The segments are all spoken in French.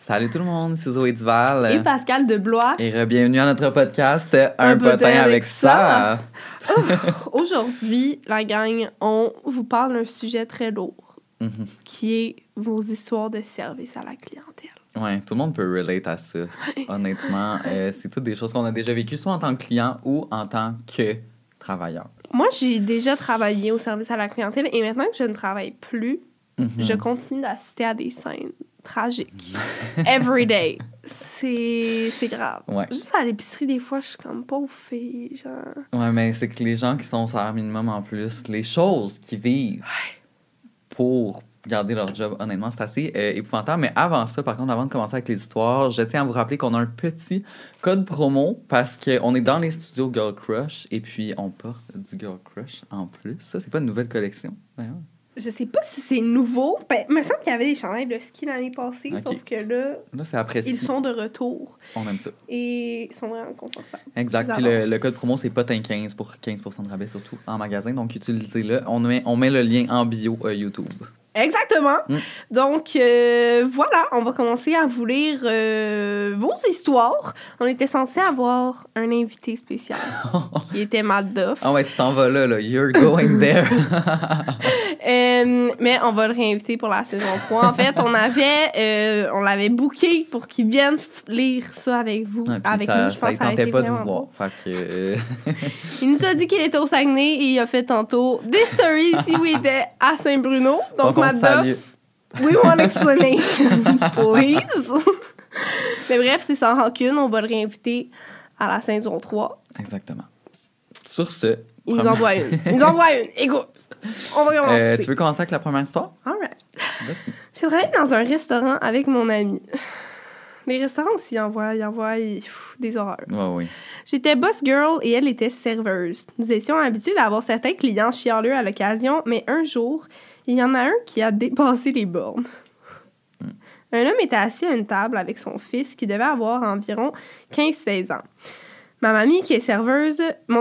Salut tout le monde, c'est Zoé Duval. Et Pascal de Blois. Et bienvenue à notre podcast Un potin avec ça. Aujourd'hui, la gang, on vous parle d'un sujet très lourd, qui est vos histoires de service à la clientèle. Ouais, tout le monde peut relate à ça. Honnêtement, c'est toutes des choses qu'on a déjà vécues, soit en tant que client ou en tant que travailleur. Moi, j'ai déjà travaillé au service à la clientèle et maintenant que je ne travaille plus, je continue d'assister à des scènes tragiques. Every day. C'est grave. Ouais. Juste à l'épicerie, des fois, je suis comme pauvre fille, genre. Ouais, mais c'est que les gens qui sont au salaire minimum en plus, les choses qu'ils vivent pour garder leur job, honnêtement, c'est assez épouvantable. Mais avant ça, par contre, avant de commencer avec les histoires, je tiens à vous rappeler qu'on a un petit code promo parce qu'on est dans les studios Girl Crush et puis on porte du Girl Crush en plus. Ça, c'est pas une nouvelle collection, d'ailleurs. Je sais pas si c'est nouveau. Ben, il me semble qu'il y avait des chandails de ski l'année passée, sauf que là c'est après ski. Ils sont de retour. On aime ça. Et ils sont vraiment confortables. Exact. Puis le code promo, c'est potin15 pour 15% de rabais, surtout en magasin. Donc, utilisez-le. On met le lien en bio YouTube. Exactement. Donc, voilà, on va commencer à vous lire vos histoires. On était censé avoir un invité spécial qui était Matt Duff. Ah ouais, tu t'en vas là. You're going there. Mais on va le réinviter pour la saison 3. En fait, on l'avait booké pour qu'il vienne lire ça avec vous. Ouais, avec ça, nous, je pense ça que ça a tentait été pas de vraiment vous voir. beau. Fait que... Il nous a dit qu'il était au Saguenay et il a fait tantôt des stories ici où il était à Saint-Bruno. Donc, Matt Duff, we want explanation, please. Mais bref, c'est sans rancune. On va le réinviter à la saison 3. Exactement. Sur ce... Il nous en doit une. Écoute, on va commencer. Tu veux commencer avec la première histoire? All right. J'ai travaillé dans un restaurant avec mon ami. Les restaurants aussi, ils envoient des horreurs. Oui. J'étais boss girl et elle était serveuse. Nous étions habitués d'avoir certains clients chialeux à l'occasion, mais un jour, il y en a un qui a dépassé les bornes. Un homme était assis à une table avec son fils qui devait avoir environ 15-16 ans. Mon amie qui est serveuse prend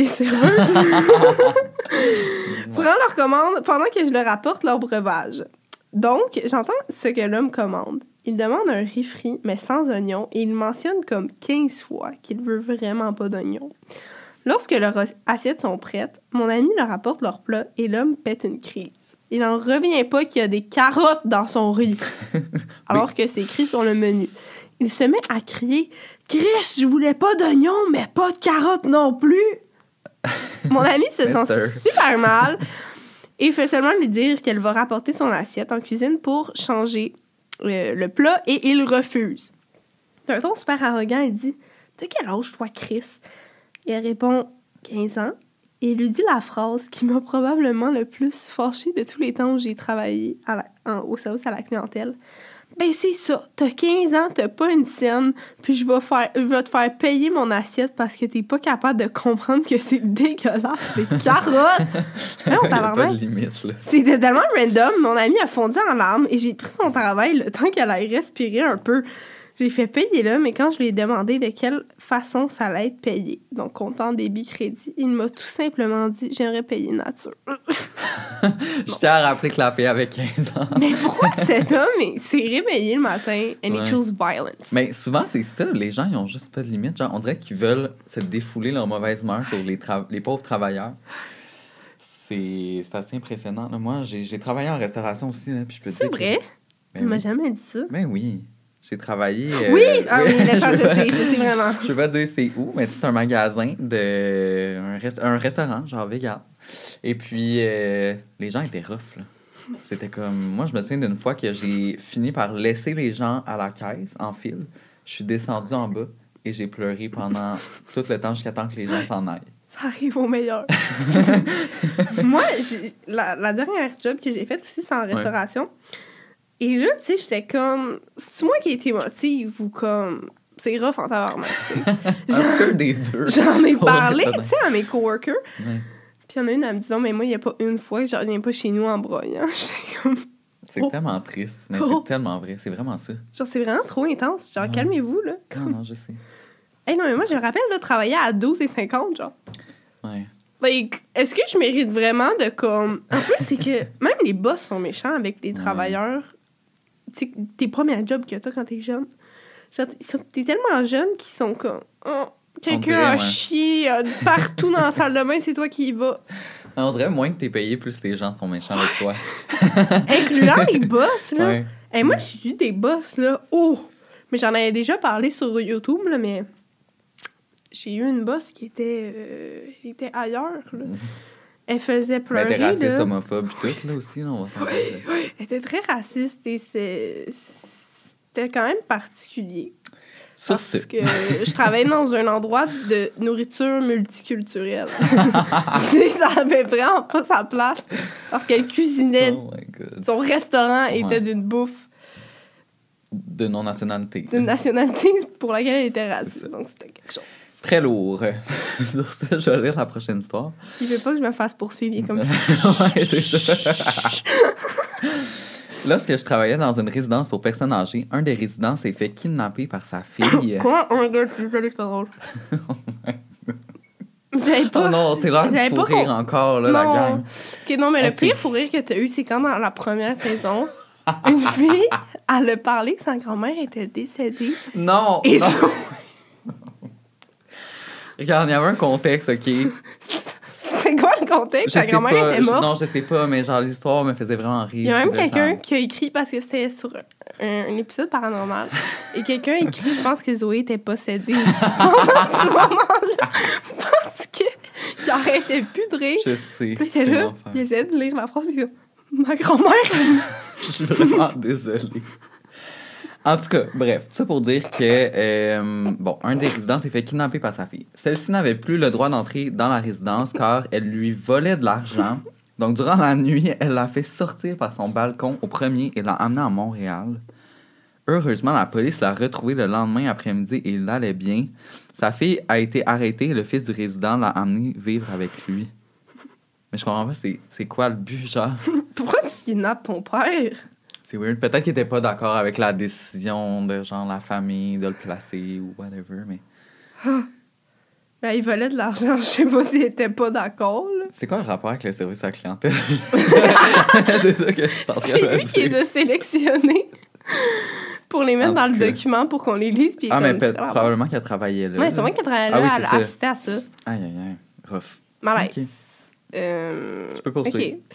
leur commande pendant que je leur apporte leur breuvage. Donc, j'entends ce que l'homme commande. Il demande un riz frit, mais sans oignon, et il mentionne comme 15 fois qu'il veut vraiment pas d'oignon. Lorsque leurs assiettes sont prêtes, mon ami leur apporte leur plat et l'homme pète une crise. Il n'en revient pas qu'il y a des carottes dans son riz, alors que c'est écrit sur le menu. Il se met à crier « Chris, je voulais pas d'oignon, mais pas de carottes non plus! » Mon amie se sent super mal et fait seulement lui dire qu'elle va rapporter son assiette en cuisine pour changer le plat et il refuse. D'un ton super arrogant, il dit « T'as quel âge, toi, Chris? » Et elle répond « 15 ans. » Et il lui dit la phrase qui m'a probablement le plus fâchée de tous les temps où j'ai travaillé au service à la clientèle. Ben c'est ça, t'as 15 ans, t'as pas une scène, puis je vais te faire payer mon assiette parce que t'es pas capable de comprendre que c'est dégueulasse, des carottes! Non, il y a pas de limite, là. C'était tellement random, mon amie a fondu en larmes et j'ai pris son travail le temps qu'elle aille respirer un peu. J'ai fait payer là, mais quand je lui ai demandé de quelle façon ça allait être payé, donc comptant débit crédit, il m'a tout simplement dit « J'aimerais payer nature. » Je tiens à rappeler que la fille avait 15 ans. Mais pourquoi cet homme s'est réveillé le matin and he chose violence? Mais souvent, c'est ça. Les gens, ils ont juste pas de limite. Genre, on dirait qu'ils veulent se défouler leur mauvaise humeur sur les pauvres travailleurs. C'est assez impressionnant. Là, moi, j'ai travaillé en restauration aussi. Là, puis je peux c'est dire vrai? Que... Il m'a jamais dit ça. Ben oui. J'ai travaillé... Oui! Ah oui, je sais vraiment. Je peux pas dire c'est où, mais c'est un magasin un restaurant, genre vegan. Et puis, les gens étaient rough, là. C'était comme... Moi, je me souviens d'une fois que j'ai fini par laisser les gens à la caisse, en file. Je suis descendue en bas et j'ai pleuré pendant tout le temps jusqu'à temps que les gens s'en aillent. Ça arrive au meilleur. Moi, la dernière job que j'ai faite aussi, c'était en restauration. Et là, tu sais, j'étais comme... C'est moi qui ai été émotive ou comme... C'est rough en tabarnak, tu sais. Un peu des deux. J'en ai parlé, tu sais, à mes coworkers. Ouais. Puis il y en a une, elle me dit « Non, mais moi, il n'y a pas une fois que je reviens pas chez nous en broyant. » J'étais comme... C'est tellement triste, mais c'est tellement vrai. C'est vraiment ça. Genre, c'est vraiment trop intense. Genre, calmez-vous, là. Non, je sais. Hey, non, mais moi, je me rappelle, là, travailler à 12,50, genre. Ouais. Like, est-ce que je mérite vraiment de, comme... En plus, c'est que même les boss sont méchants avec les travailleurs... tu sais, tes premiers jobs que t'as quand t'es jeune. Genre, t'es tellement jeune qu'ils sont comme... Oh, quelqu'un a chié partout dans la salle de bain, c'est toi qui y vas. On dirait moins que t'es payé, plus les gens sont méchants avec toi. Incluant les boss, là. Ouais. Et moi, j'ai eu des boss, là. Oh! Mais j'en avais déjà parlé sur YouTube, là, mais... J'ai eu une boss qui était ailleurs, là. Elle faisait pleurer, elle était raciste, là. homophobe, puis tout, là, aussi, là, on va s'en parler. Oui, elle était très raciste et c'était quand même particulier. Parce que je travaillais dans un endroit de nourriture multiculturelle. Ça avait vraiment pas sa place parce qu'elle cuisinait. Oh my God. Son restaurant était d'une bouffe. De non-nationalité. D'une nationalité pour laquelle elle était raciste. Donc c'était quelque chose. Très lourd. Sur ça, je vais lire la prochaine histoire. Il veut pas que je me fasse poursuivre. Comme... ouais, c'est ça. Lorsque je travaillais dans une résidence pour personnes âgées, un des résidents s'est fait kidnapper par sa fille. Quoi? Oh my God, je suis désolée, c'est pas drôle. J'avais pas... Oh non, c'est rare du fou rire encore, là, la gang. OK, non, mais le pire fou rire que t'as eu, c'est quand dans la première saison, une fille, elle a parlé que sa grand-mère était décédée. Non! Et non. Regarde, il y avait un contexte, OK? C'était quoi le contexte? Ta grand-mère était morte? Non, je sais pas, mais genre, l'histoire me faisait vraiment rire. Il y a même quelqu'un qui a écrit, parce que c'était sur un épisode paranormal, et quelqu'un a écrit, je pense que Zoé était possédée pendant ce moment-là, parce qu'il arrêtait plus de rire. Je sais. Puis il était là, il essayait de lire la phrase, puis il dit « Ma grand-mère! » Je suis vraiment désolée. En tout cas, bref, tout ça pour dire que, un des résidents s'est fait kidnapper par sa fille. Celle-ci n'avait plus le droit d'entrer dans la résidence car elle lui volait de l'argent. Donc, durant la nuit, elle l'a fait sortir par son balcon au premier et l'a amené à Montréal. Heureusement, la police l'a retrouvée le lendemain après-midi et il allait bien. Sa fille a été arrêtée et le fils du résident l'a amené vivre avec lui. Mais je comprends pas, c'est quoi le but, genre? Pourquoi tu kidnappes ton père? C'est weird. Peut-être qu'il était pas d'accord avec la décision de, genre, la famille de le placer ou whatever, mais... Ben, il volait de l'argent. Je sais pas s'il était pas d'accord, là. C'est quoi le rapport avec le service à la clientèle? C'est ça que je suis en train de dire. C'est lui qui les a sélectionnés pour les mettre dans le document pour qu'on les lise. Puis mais probablement qu'elle travaillait là. Oui, c'est vrai qu'elle travaillait là. Elle assistait à ça. Aïe, aïe, aïe. Rough. Malaise. Okay. Tu peux poursuivre. OK.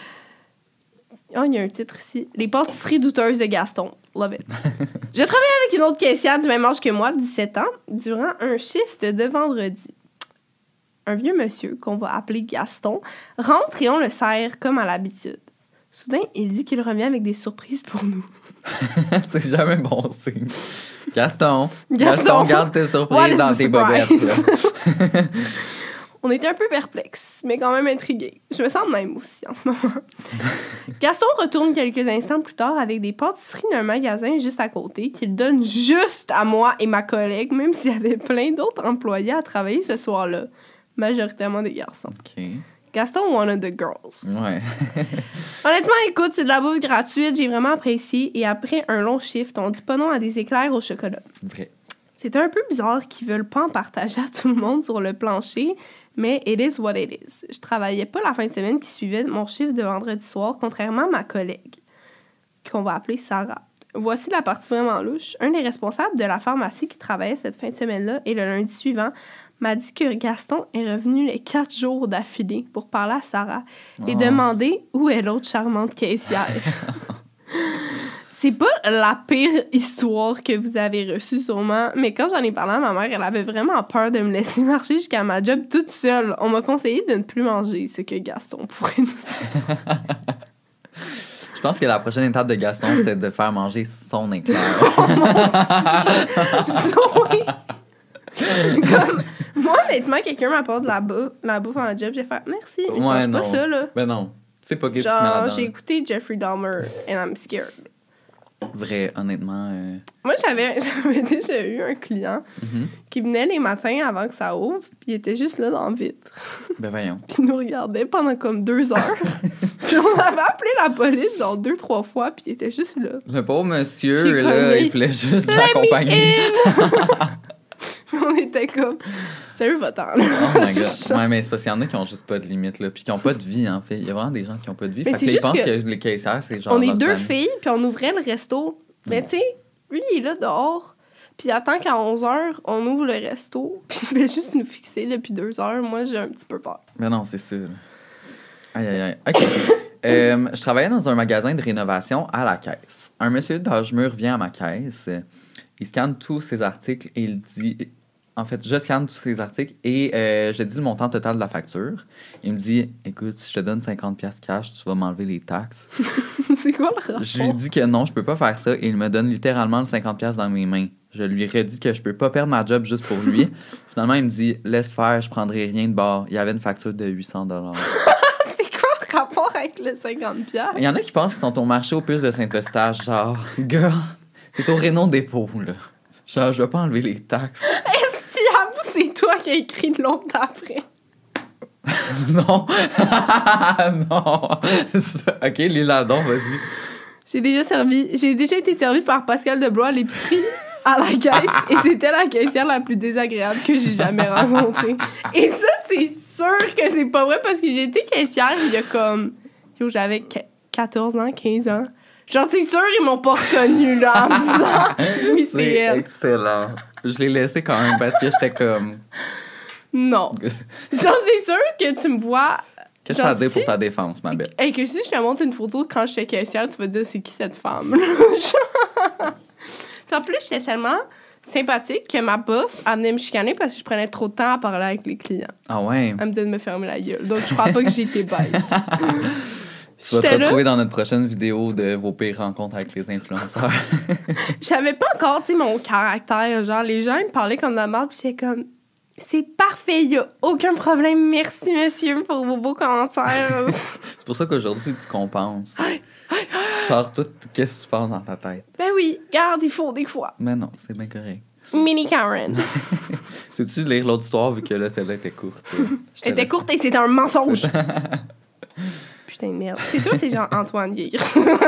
Oh, il y a un titre ici. Les pâtisseries douteuses de Gaston. Love it. Je travaillais avec une autre caissière du même âge que moi, 17 ans, durant un shift de vendredi. Un vieux monsieur, qu'on va appeler Gaston, rentre et on le sert comme à l'habitude. Soudain, il dit qu'il revient avec des surprises pour nous. C'est jamais bon signe. Gaston, garde tes surprises dans tes bobettes. Là. On était un peu perplexes, mais quand même intrigués. Je me sens de même aussi en ce moment. Gaston retourne quelques instants plus tard avec des pâtisseries d'un magasin juste à côté qu'il donne juste à moi et ma collègue, même s'il y avait plein d'autres employés à travailler ce soir-là. Majoritairement des garçons. OK. Gaston, one of the girls. Ouais. Honnêtement, écoute, c'est de la bouffe gratuite. J'ai vraiment apprécié. Et après un long shift, on dit pas non à des éclairs au chocolat. Vrai. C'est un peu bizarre qu'ils veulent pas en partager à tout le monde sur le plancher, mais it is what it is. Je travaillais pas la fin de semaine qui suivait mon chiffre de vendredi soir, contrairement à ma collègue, qu'on va appeler Sarah. Voici la partie vraiment louche. Un des responsables de la pharmacie qui travaillait cette fin de semaine-là et le lundi suivant m'a dit que Gaston est revenu les 4 jours d'affilée pour parler à Sarah et demander où est l'autre charmante caissière. C'est pas la pire histoire que vous avez reçue sûrement, mais quand j'en ai parlé à ma mère, elle avait vraiment peur de me laisser marcher jusqu'à ma job toute seule. On m'a conseillé de ne plus manger ce que Gaston pourrait nous faire. Je pense que la prochaine étape de Gaston, c'est de faire manger son éclair. Oh mon Dieu! Comme, moi, honnêtement, quelqu'un m'apporte de la bouffe en job, j'ai fait merci, mais je mange pas ça, là. Ben non, c'est pas qu'est-ce genre, j'ai écouté Jeffrey Dahmer and I'm scared. Vrai, honnêtement. Moi, j'avais déjà eu un client qui venait les matins avant que ça ouvre, puis il était juste là dans le vitre. Ben voyons. Puis il nous regardait pendant comme 2 heures. Puis on avait appelé la police genre 2-3 fois, puis il était juste là. Le pauvre monsieur, là, il voulait juste l'accompagner. On était comme... Sérieux, va-t'en. Oh my God. Ouais, mais c'est parce qu'il y en a qui ont juste pas de limite, là. Puis qui ont pas de vie, en fait. Il y a vraiment des gens qui ont pas de vie. Mais fait c'est que, ils juste pensent que que les caissières, c'est genre. On est leurs deux amis. filles, puis on ouvrait le resto. Mais tu sais, lui, il est là dehors. Puis il attend qu'à 11h, on ouvre le resto. Puis il va juste nous fixer depuis 2 heures. Moi, j'ai un petit peu peur. Mais non, c'est sûr. Aïe, aïe, aïe. OK. Je travaillais dans un magasin de rénovation à la caisse. Un monsieur d'âge mûr vient à ma caisse. Il scanne tous ses articles et il dit... En fait, je scanne tous ses articles et je dis le montant total de la facture. Il me dit, écoute, si je te donne 50$ cash, tu vas m'enlever les taxes. C'est quoi le rapport? Je lui dis que non, je peux pas faire ça et il me donne littéralement le 50$ dans mes mains. Je lui redis que je peux pas perdre ma job juste pour lui. Finalement, il me dit, laisse faire, je prendrai rien de bord. Il y avait une facture de 800$. C'est quoi le rapport avec le 50$? Il y en a qui pensent qu'ils sont au marché aux puces de Saint-Eustache, genre, girl, c'est au Réno dépôt, là. Genre, je vais pas enlever les taxes. Est-ce que avoue, c'est toi qui as écrit de l'autre d'après? Non. Non. OK, Lila, donc, vas-y. J'ai déjà été servie par Pascal Deblois à l'épicerie à la caisse et c'était la caissière la plus désagréable que j'ai jamais rencontrée. Et ça, c'est sûr que c'est pas vrai parce que j'ai été caissière il y a comme... j'avais 14 ans, 15 ans. Genre, c'est sûr, ils m'ont pas reconnue, là, en disant... Oui, c'est elle. Excellent. Je l'ai laissé quand même parce que j'étais comme... Non. Genre, c'est sûr que tu me vois... Qu'est-ce que tu as à dire pour ta défense, ma belle? Et que si je te montre une photo quand j'étais caissière, tu vas dire c'est qui cette femme? Puis en plus, j'étais tellement sympathique que ma boss, elle venait me chicaner parce que je prenais trop de temps à parler avec les clients. Ah ouais? Elle me disait de me fermer la gueule. Donc, je crois pas que j'ai été bête. Tu vas te retrouver dans notre prochaine vidéo de vos pires rencontres avec les influenceurs. J'avais pas encore, tu sais, mon caractère. Genre, les gens, ils me parlaient comme de la merde, puis j'étais comme... C'est parfait, il n'y a aucun problème. Merci, monsieur, pour vos beaux commentaires. C'est pour ça qu'aujourd'hui, tu compenses. Tu sors tout ce qui se passe dans ta tête. Ben oui, garde, il faut des fois. Mais non, c'est bien correct. Mini Karen. Sais-tu lire l'autre histoire vu que là, celle-là était courte? Elle était courte et c'était un mensonge. Putain de merde. C'est sûr, c'est genre Antoine Guigre.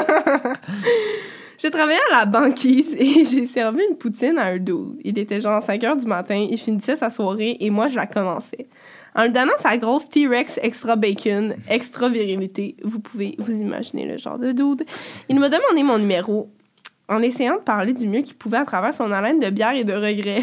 J'ai travaillé à la banquise et j'ai servi une poutine à un dude. Il était genre 5h du matin, il finissait sa soirée et moi, je la commençais. En lui donnant sa grosse T-Rex extra bacon, extra virilité, vous pouvez vous imaginer le genre de dude. Il m'a demandé mon numéro en essayant de parler du mieux qu'il pouvait à travers son haleine de bière et de regrets.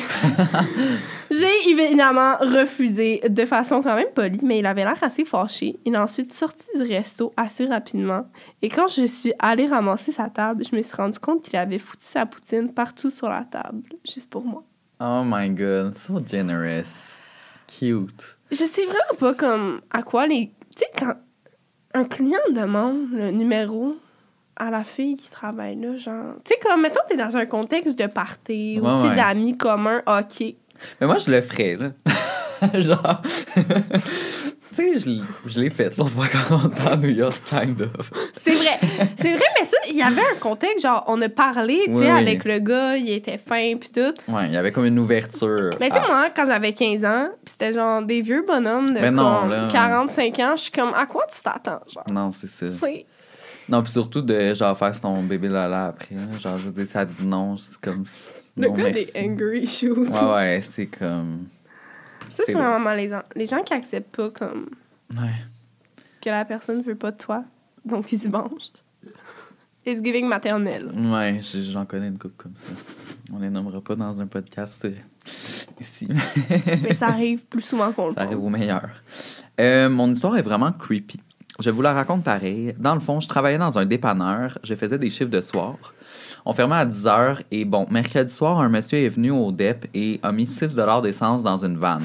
J'ai évidemment refusé de façon quand même polie, mais il avait l'air assez fâché. Il a ensuite sorti du resto assez rapidement. Et quand je suis allée ramasser sa table, je me suis rendu compte qu'il avait foutu sa poutine partout sur la table, juste pour moi. Oh my God, so generous. Cute. Je sais vraiment pas comme à quoi les... Tu sais, quand un client demande le numéro à la fille qui travaille là, genre... Tu sais, comme, mettons, t'es dans un contexte de party ou, tu sais, d'amis communs, OK. Mais moi, je le ferais, là. Genre... tu sais, je l'ai fait, là, on se voit 40 ans à New York, kind of. C'est vrai, mais ça, il y avait un contexte, genre, on a parlé, tu sais, avec le gars, il était fin, pis tout. Ouais, il y avait comme une ouverture. Mais tu sais, moi, quand j'avais 15 ans, pis c'était genre des vieux bonhommes de comme 45 ans, je suis comme, à quoi tu t'attends, genre? Non, c'est ça. C'est... Non, puis surtout de, genre, faire son bébé Lala après, là. Genre, je veux dire, ça dit non, c'est comme... Le non, gars merci. des angry issues. Ouais, c'est comme... Ça, c'est vraiment malaisant. Les gens qui acceptent pas, comme... Ouais. Que la personne veut pas de toi, donc ils se vengent. It's giving maternelle. Ouais, j'en connais une couple comme ça. On les nommera pas dans un podcast ici. Mais ça arrive plus souvent qu'on le pense. Ça arrive au meilleur. Mon histoire est vraiment creepy. Je vous la raconte pareil. Dans le fond, je travaillais dans un dépanneur. Je faisais des chiffres de soir. On fermait à 10h. Et bon, mercredi soir, un monsieur est venu au DEP et a mis 6$ d'essence dans une vanne.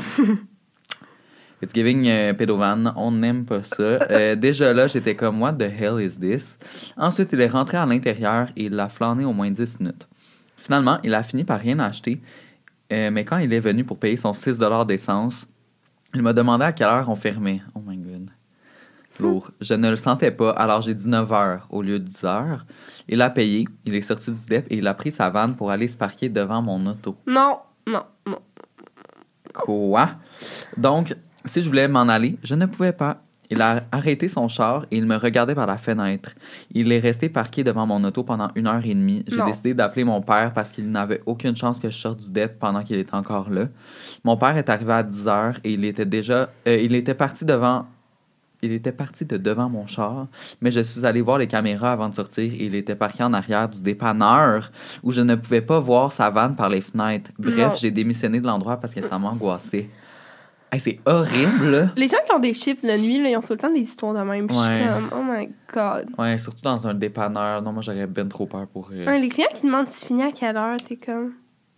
It's giving pédovan. On n'aime pas ça. Déjà là, j'étais comme, what the hell is this? Ensuite, il est rentré à l'intérieur et il l'a flâné au moins 10 minutes. Finalement, il a fini par rien acheter. Mais quand il est venu pour payer son 6$ d'essence, il m'a demandé à quelle heure on fermait. Oh my God. Lourd. Je ne le sentais pas, alors j'ai dit 9h au lieu de 10h. Il a payé, il est sorti du DEP et il a pris sa vanne pour aller se parquer devant mon auto. Non. Quoi? Donc, si je voulais m'en aller, je ne pouvais pas. Il a arrêté son char et il me regardait par la fenêtre. Il est resté parqué devant mon auto pendant 1h30. J'ai Non. décidé d'appeler mon père parce qu'il n'avait aucune chance que je sorte du DEP pendant qu'il était encore là. Mon père est arrivé à 10h et il était parti de devant mon char, mais je suis allé voir les caméras avant de sortir et il était parqué en arrière du dépanneur où je ne pouvais pas voir sa vanne par les fenêtres. Bref, Non. j'ai démissionné de l'endroit parce que ça m'angoissait. Hey, c'est horrible, là. Les gens qui ont des chiffres de nuit, là, ils ont tout le temps des histoires de même. Puis je Ouais. suis comme, oh my God. Ouais, surtout dans un dépanneur. Non, moi, j'aurais bien trop peur pour... Les clients qui demandent tu finis à quelle heure, t'es comme...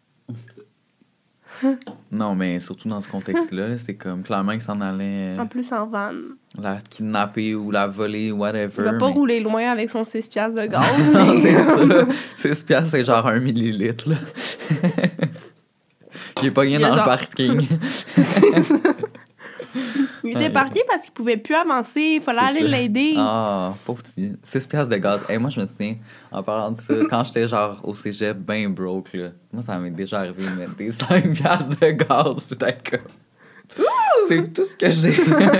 Non, mais surtout dans ce contexte-là, là, c'est comme clairement qu'il s'en allait En plus, en van. la kidnapper ou la voler, whatever. Il va pas mais- rouler loin avec son 6 piastres de gaz. non, mais... c'est ça. 6 piastres, c'est genre 1 millilitre, là. Il est pogné Il y a dans le genre- parking. C'est ça. Il était Ouais. parqué parce qu'il pouvait plus avancer. Il fallait C'est aller ça. l'aider. Ah, pauvre petit. 6 piastres de gaz. Hey, moi, je me souviens, en parlant de ça, quand j'étais genre au cégep, ben broke, là. Moi, ça m'est déjà arrivé de mettre des 5 piastres de gaz, peut-être que... C'est tout ce que j'ai.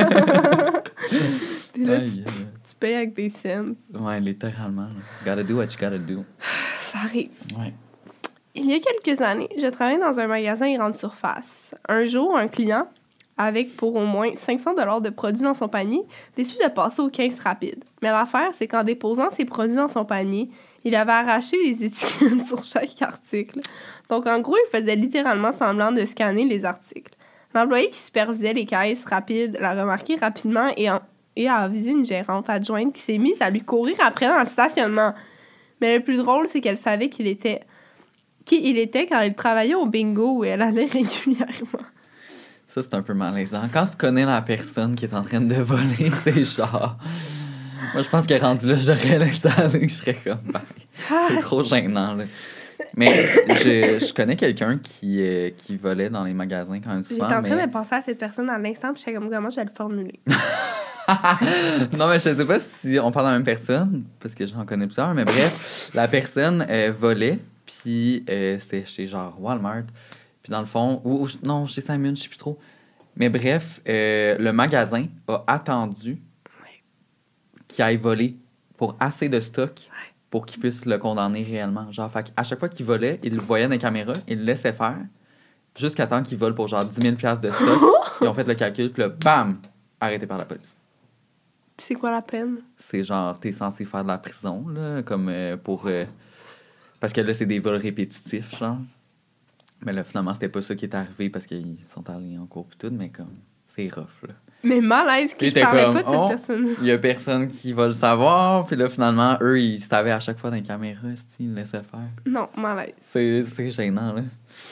Puis là, Aïe, tu payes avec des scènes. ouais, littéralement. Là. Gotta do what you gotta do. Ça arrive. Ouais. Il y a quelques années, je travaillais dans un magasin grande surface. Un jour, un client, avec pour au moins 500 $ de produits dans son panier, décide de passer aux caisses rapides. Mais l'affaire, c'est qu'en déposant ses produits dans son panier, il avait arraché les étiquettes sur chaque article. Donc, en gros, il faisait littéralement semblant de scanner les articles. L'employé qui supervisait les caisses rapides l'a remarqué rapidement et a avisé une gérante adjointe qui s'est mise à lui courir après dans le stationnement. Mais le plus drôle, c'est qu'elle savait qui il était car il travaillait au bingo où elle allait régulièrement. Ça, c'est un peu malaisant. Quand tu connais la personne qui est en train de voler, c'est genre... Moi, je pense que rendu là, je devrais laisser aller. Je serais comme... bye. C'est trop gênant, là. Mais je connais quelqu'un qui volait dans les magasins quand même J'étais souvent. en train mais... de penser à cette personne à l'instant, puis j'étais comme, comment je vais le formuler? Non, mais je sais pas si on parle de la même personne, parce que j'en connais plusieurs, mais bref, la personne volait, puis c'était chez genre Walmart, puis dans le fond, non, chez Simon, je sais plus trop. Mais bref, le magasin a attendu qu'il aille voler pour assez de stock pour qu'il puisse le condamner réellement. Genre, fait à chaque fois qu'il volait, il le voyait dans les caméras, il le laissait faire, jusqu'à temps qu'il vole pour genre 10 000 $ de stock. Ils ont fait le calcul, puis là, bam, arrêté par la police. Puis c'est quoi la peine? C'est genre, t'es censé faire de la prison, là, comme pour... parce que là, c'est des vols répétitifs, genre. Mais là, finalement, c'était pas ça qui est arrivé parce qu'ils sont allés en cours pis tout, mais comme, c'est rough, là. Mais malaise que Puis je t'es parlais comme, pas de cette oh, personne. Il y a personne qui va le savoir, puis là, finalement, eux, ils savaient à chaque fois dans les caméras, ils le laissaient faire. Non, malaise. C'est gênant, là.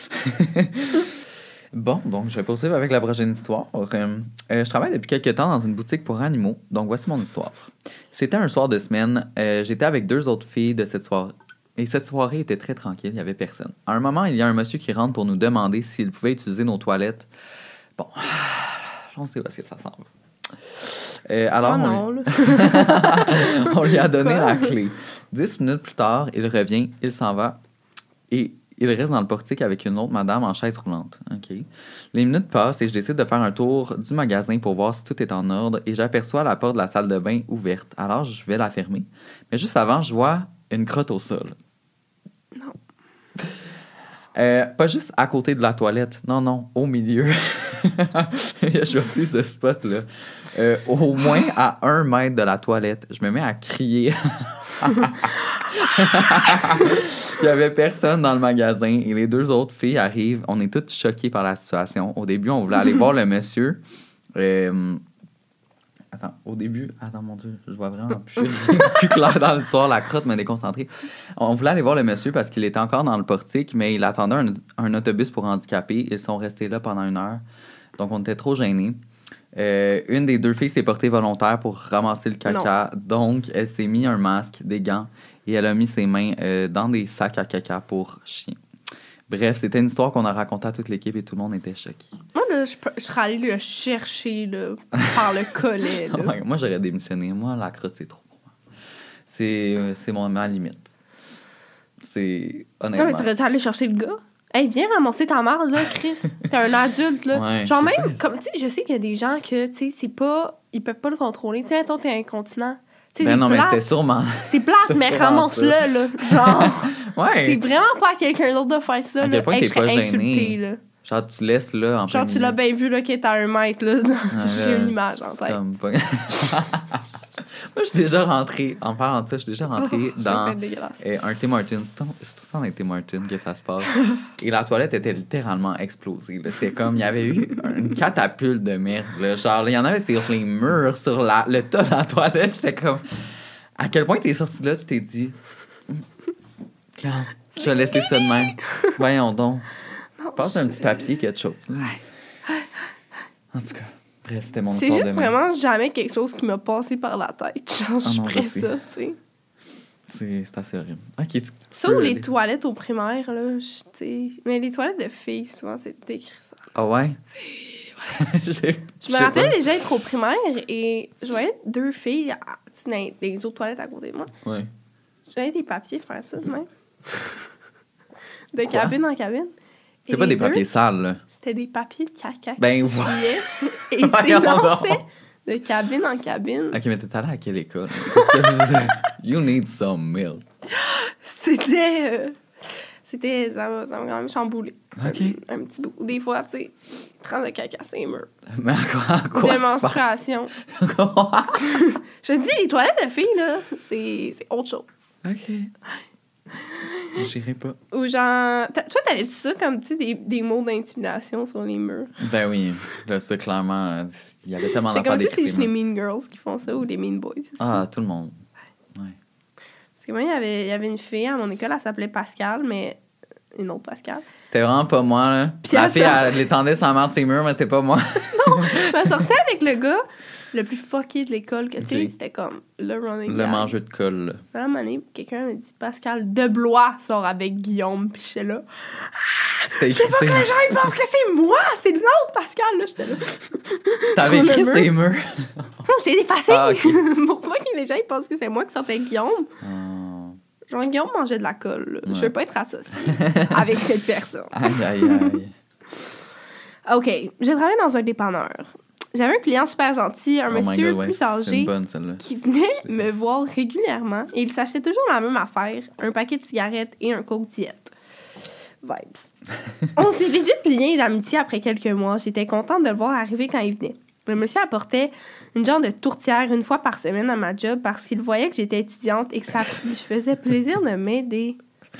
Bon, donc je vais poursuivre avec la prochaine histoire. Je travaille depuis quelques temps dans une boutique pour animaux, donc voici mon histoire. C'était un soir de semaine, j'étais avec 2 autres filles de cette soirée. Et cette soirée était très tranquille, il n'y avait personne. À un moment, il y a un monsieur qui rentre pour nous demander s'il pouvait utiliser nos toilettes. Bon, on sait où est-ce que ça s'en va. Alors, Oh non, là. on lui a donné Quoi? la clé. 10 minutes plus tard, il revient, il s'en va et il reste dans le portique avec une autre madame en chaise roulante. OK. Les minutes passent et je décide de faire un tour du magasin pour voir si tout est en ordre et j'aperçois la porte de la salle de bain ouverte. Alors, je vais la fermer. Mais juste avant, je vois une crotte au sol. Non. Pas juste à côté de la toilette. Non, au milieu. J'ai choisi ce spot-là. Au moins à 1 mètre de la toilette. Je me mets à crier. Il n'y avait personne dans le magasin et les 2 autres filles arrivent. On est toutes choquées par la situation. Au début, on voulait aller voir le monsieur. Attends, mon Dieu, je vois vraiment plus clair dans l'histoire. La crotte m'a déconcentré. On voulait aller voir le monsieur parce qu'il était encore dans le portique, mais il attendait un autobus pour handicapés. Ils sont restés là pendant 1 heure. Donc, on était trop gênés. Une des 2 filles s'est portée volontaire pour ramasser le caca. Non. Donc, elle s'est mis un masque, des gants, et elle a mis ses mains dans des sacs à caca pour chien. Bref, c'était une histoire qu'on a racontée à toute l'équipe et tout le monde était choqué. Moi, là, je serais allée le chercher là, par le collet. Là. Moi, j'aurais démissionné. Moi, la crotte, c'est trop pour moi. C'est ma limite. C'est honnêtement. Non, mais tu aurais allé chercher le gars. Hey, viens ramasser ta marde, là, Chris. T'es un adulte, là. Ouais, genre, je sais même, pas. comme, tu sais, je sais qu'il y a des gens que, tu sais, c'est pas. ils peuvent pas le contrôler. Tu sais, mettons, t'es incontinent. Ben non, mais c'était sûrement... C'est plate, mais ramasse-le, là. Genre, ouais. c'est vraiment pas à quelqu'un d'autre de faire ça, à là. quel point t'es pas gêné. Insulté, là. Genre, tu laisses là en genre, tu l'as bien vu, là, qui est à 1 mètre, là. J'ai une image en tête. Comme pas... Moi, je suis déjà rentrée, en parlant de ça, je suis déjà rentrée dans un Tim Hortons. C'est dans un Tim Hortons que ça se passe. Et la toilette était littéralement explosée. Là. C'était comme, il y avait eu une catapulte de merde. Là. Genre, il y en avait sur les murs, sur le tas de la toilette. J'étais comme, à quel point t'es sorti là, tu t'es dit, je vais laisser ça de même. Voyons donc. Passe un petit papier, quelque chose. En tout cas, bref, c'était mon histoire. C'est juste vraiment jamais quelque chose qui m'a passé par la tête. Genre, je ferais ça, tu sais. C'est assez horrible. Okay, ça ou les toilettes au primaire, là, tu sais. Mais les toilettes de filles, souvent, c'est décrit ça. Ah ouais? Je me rappelle déjà être au primaire et je voyais 2 filles dans des autres toilettes à côté de moi. Ouais. Je voyais des papiers faire ça, de même. De cabine en cabine. C'est pas des papiers sales, là. C'était des papiers de caca ben, qui et ils s'élançaient de cabine en cabine. OK, mais t'es allé à quelle école? You need some milk. C'était... ça m'a quand même chamboulé. OK. Un petit bout. Des fois, tu sais, trace de caca, c'est mûr. Mais à quoi de menstruation. Je te dis, les toilettes de filles, là, c'est autre chose. OK. J'irai pas. Ou genre... Toi, t'avais-tu ça comme, tu sais, des mots d'intimidation sur les murs? Ben oui. Là, ça, clairement, il y avait tellement d'affaires d'écrire. C'est comme ça, c'est les Mean Girls qui font ça, ou les Mean Boys. Ah, tout le monde. Ouais. Parce que moi, il y avait une fille à mon école, elle s'appelait Pascal, mais... Une autre Pascal. C'était vraiment pas moi, là. La fille, elle l'étendait sans marre de ses murs, mais c'était pas moi. Non, elle sortait avec le gars le plus fucké de l'école, que tu sais, c'était comme le running le mangeur de colle, là. À un moment donné, quelqu'un m'a dit Pascal Deblois sort avec Guillaume, puis j'étais là. C'était écrit. C'est pas que les gens ils pensent que c'est moi, c'est l'autre Pascal, là, j'étais là. T'avais écrit ses murs? Non, j'ai effacé. Ah, okay. Pourquoi que les gens ils pensent que c'est moi qui sortais avec Guillaume? Genre, Guillaume mangeait de la colle. Ouais. Je veux pas être associée avec cette personne. Aïe, aïe, aïe. OK. J'ai travaillé dans un dépanneur. J'avais un client super gentil, un monsieur plus âgé qui venait me voir régulièrement et il s'achetait toujours la même affaire, un paquet de cigarettes et un Coke Diet. Vibes. On s'est legit liés d'amitié après quelques mois. J'étais contente de le voir arriver quand il venait. Le monsieur apportait une genre de tourtière une fois par semaine à ma job parce qu'il voyait que j'étais étudiante et que ça lui faisait plaisir de m'aider.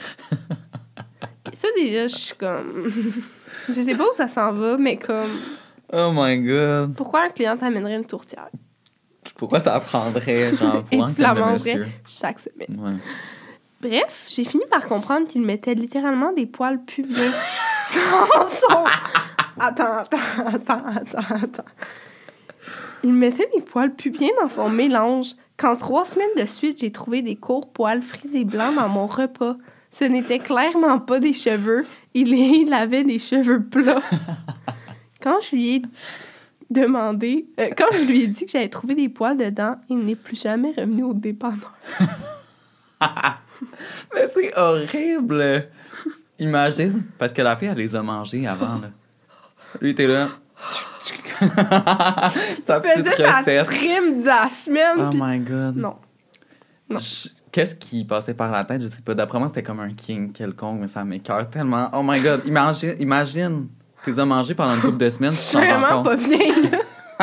Ça, déjà, je suis comme... je sais pas où ça s'en va, mais comme... Oh my God. Pourquoi un client t'amènerait une tourtière? Pourquoi ça prendrait, genre, pour et tu la mangerais chaque semaine. Ouais. Bref, j'ai fini par comprendre qu'il mettait littéralement des poils pubiens dans son... Attends. Il mettait des poils pubiens dans son mélange. Quand 3 semaines de suite, j'ai trouvé des courts poils frisés blancs dans mon repas. Ce n'était clairement pas des cheveux. Il avait des cheveux plats. Quand je lui ai demandé... quand je lui ai dit que j'avais trouvé des poils dedans, il n'est plus jamais revenu au dépanneur. Mais c'est horrible! Imagine, parce que la fille, elle les a mangés avant, là. Lui, t'es là... sa petite recette. Sa trim de la semaine. Oh my God. Non. Qu'est-ce qui passait par la tête? Je sais pas. D'après moi, c'était comme un king quelconque, mais ça m'écoeure tellement. Oh my God. Imagine. Tu les as mangés pendant une couple de semaines. Je suis vraiment pas bien.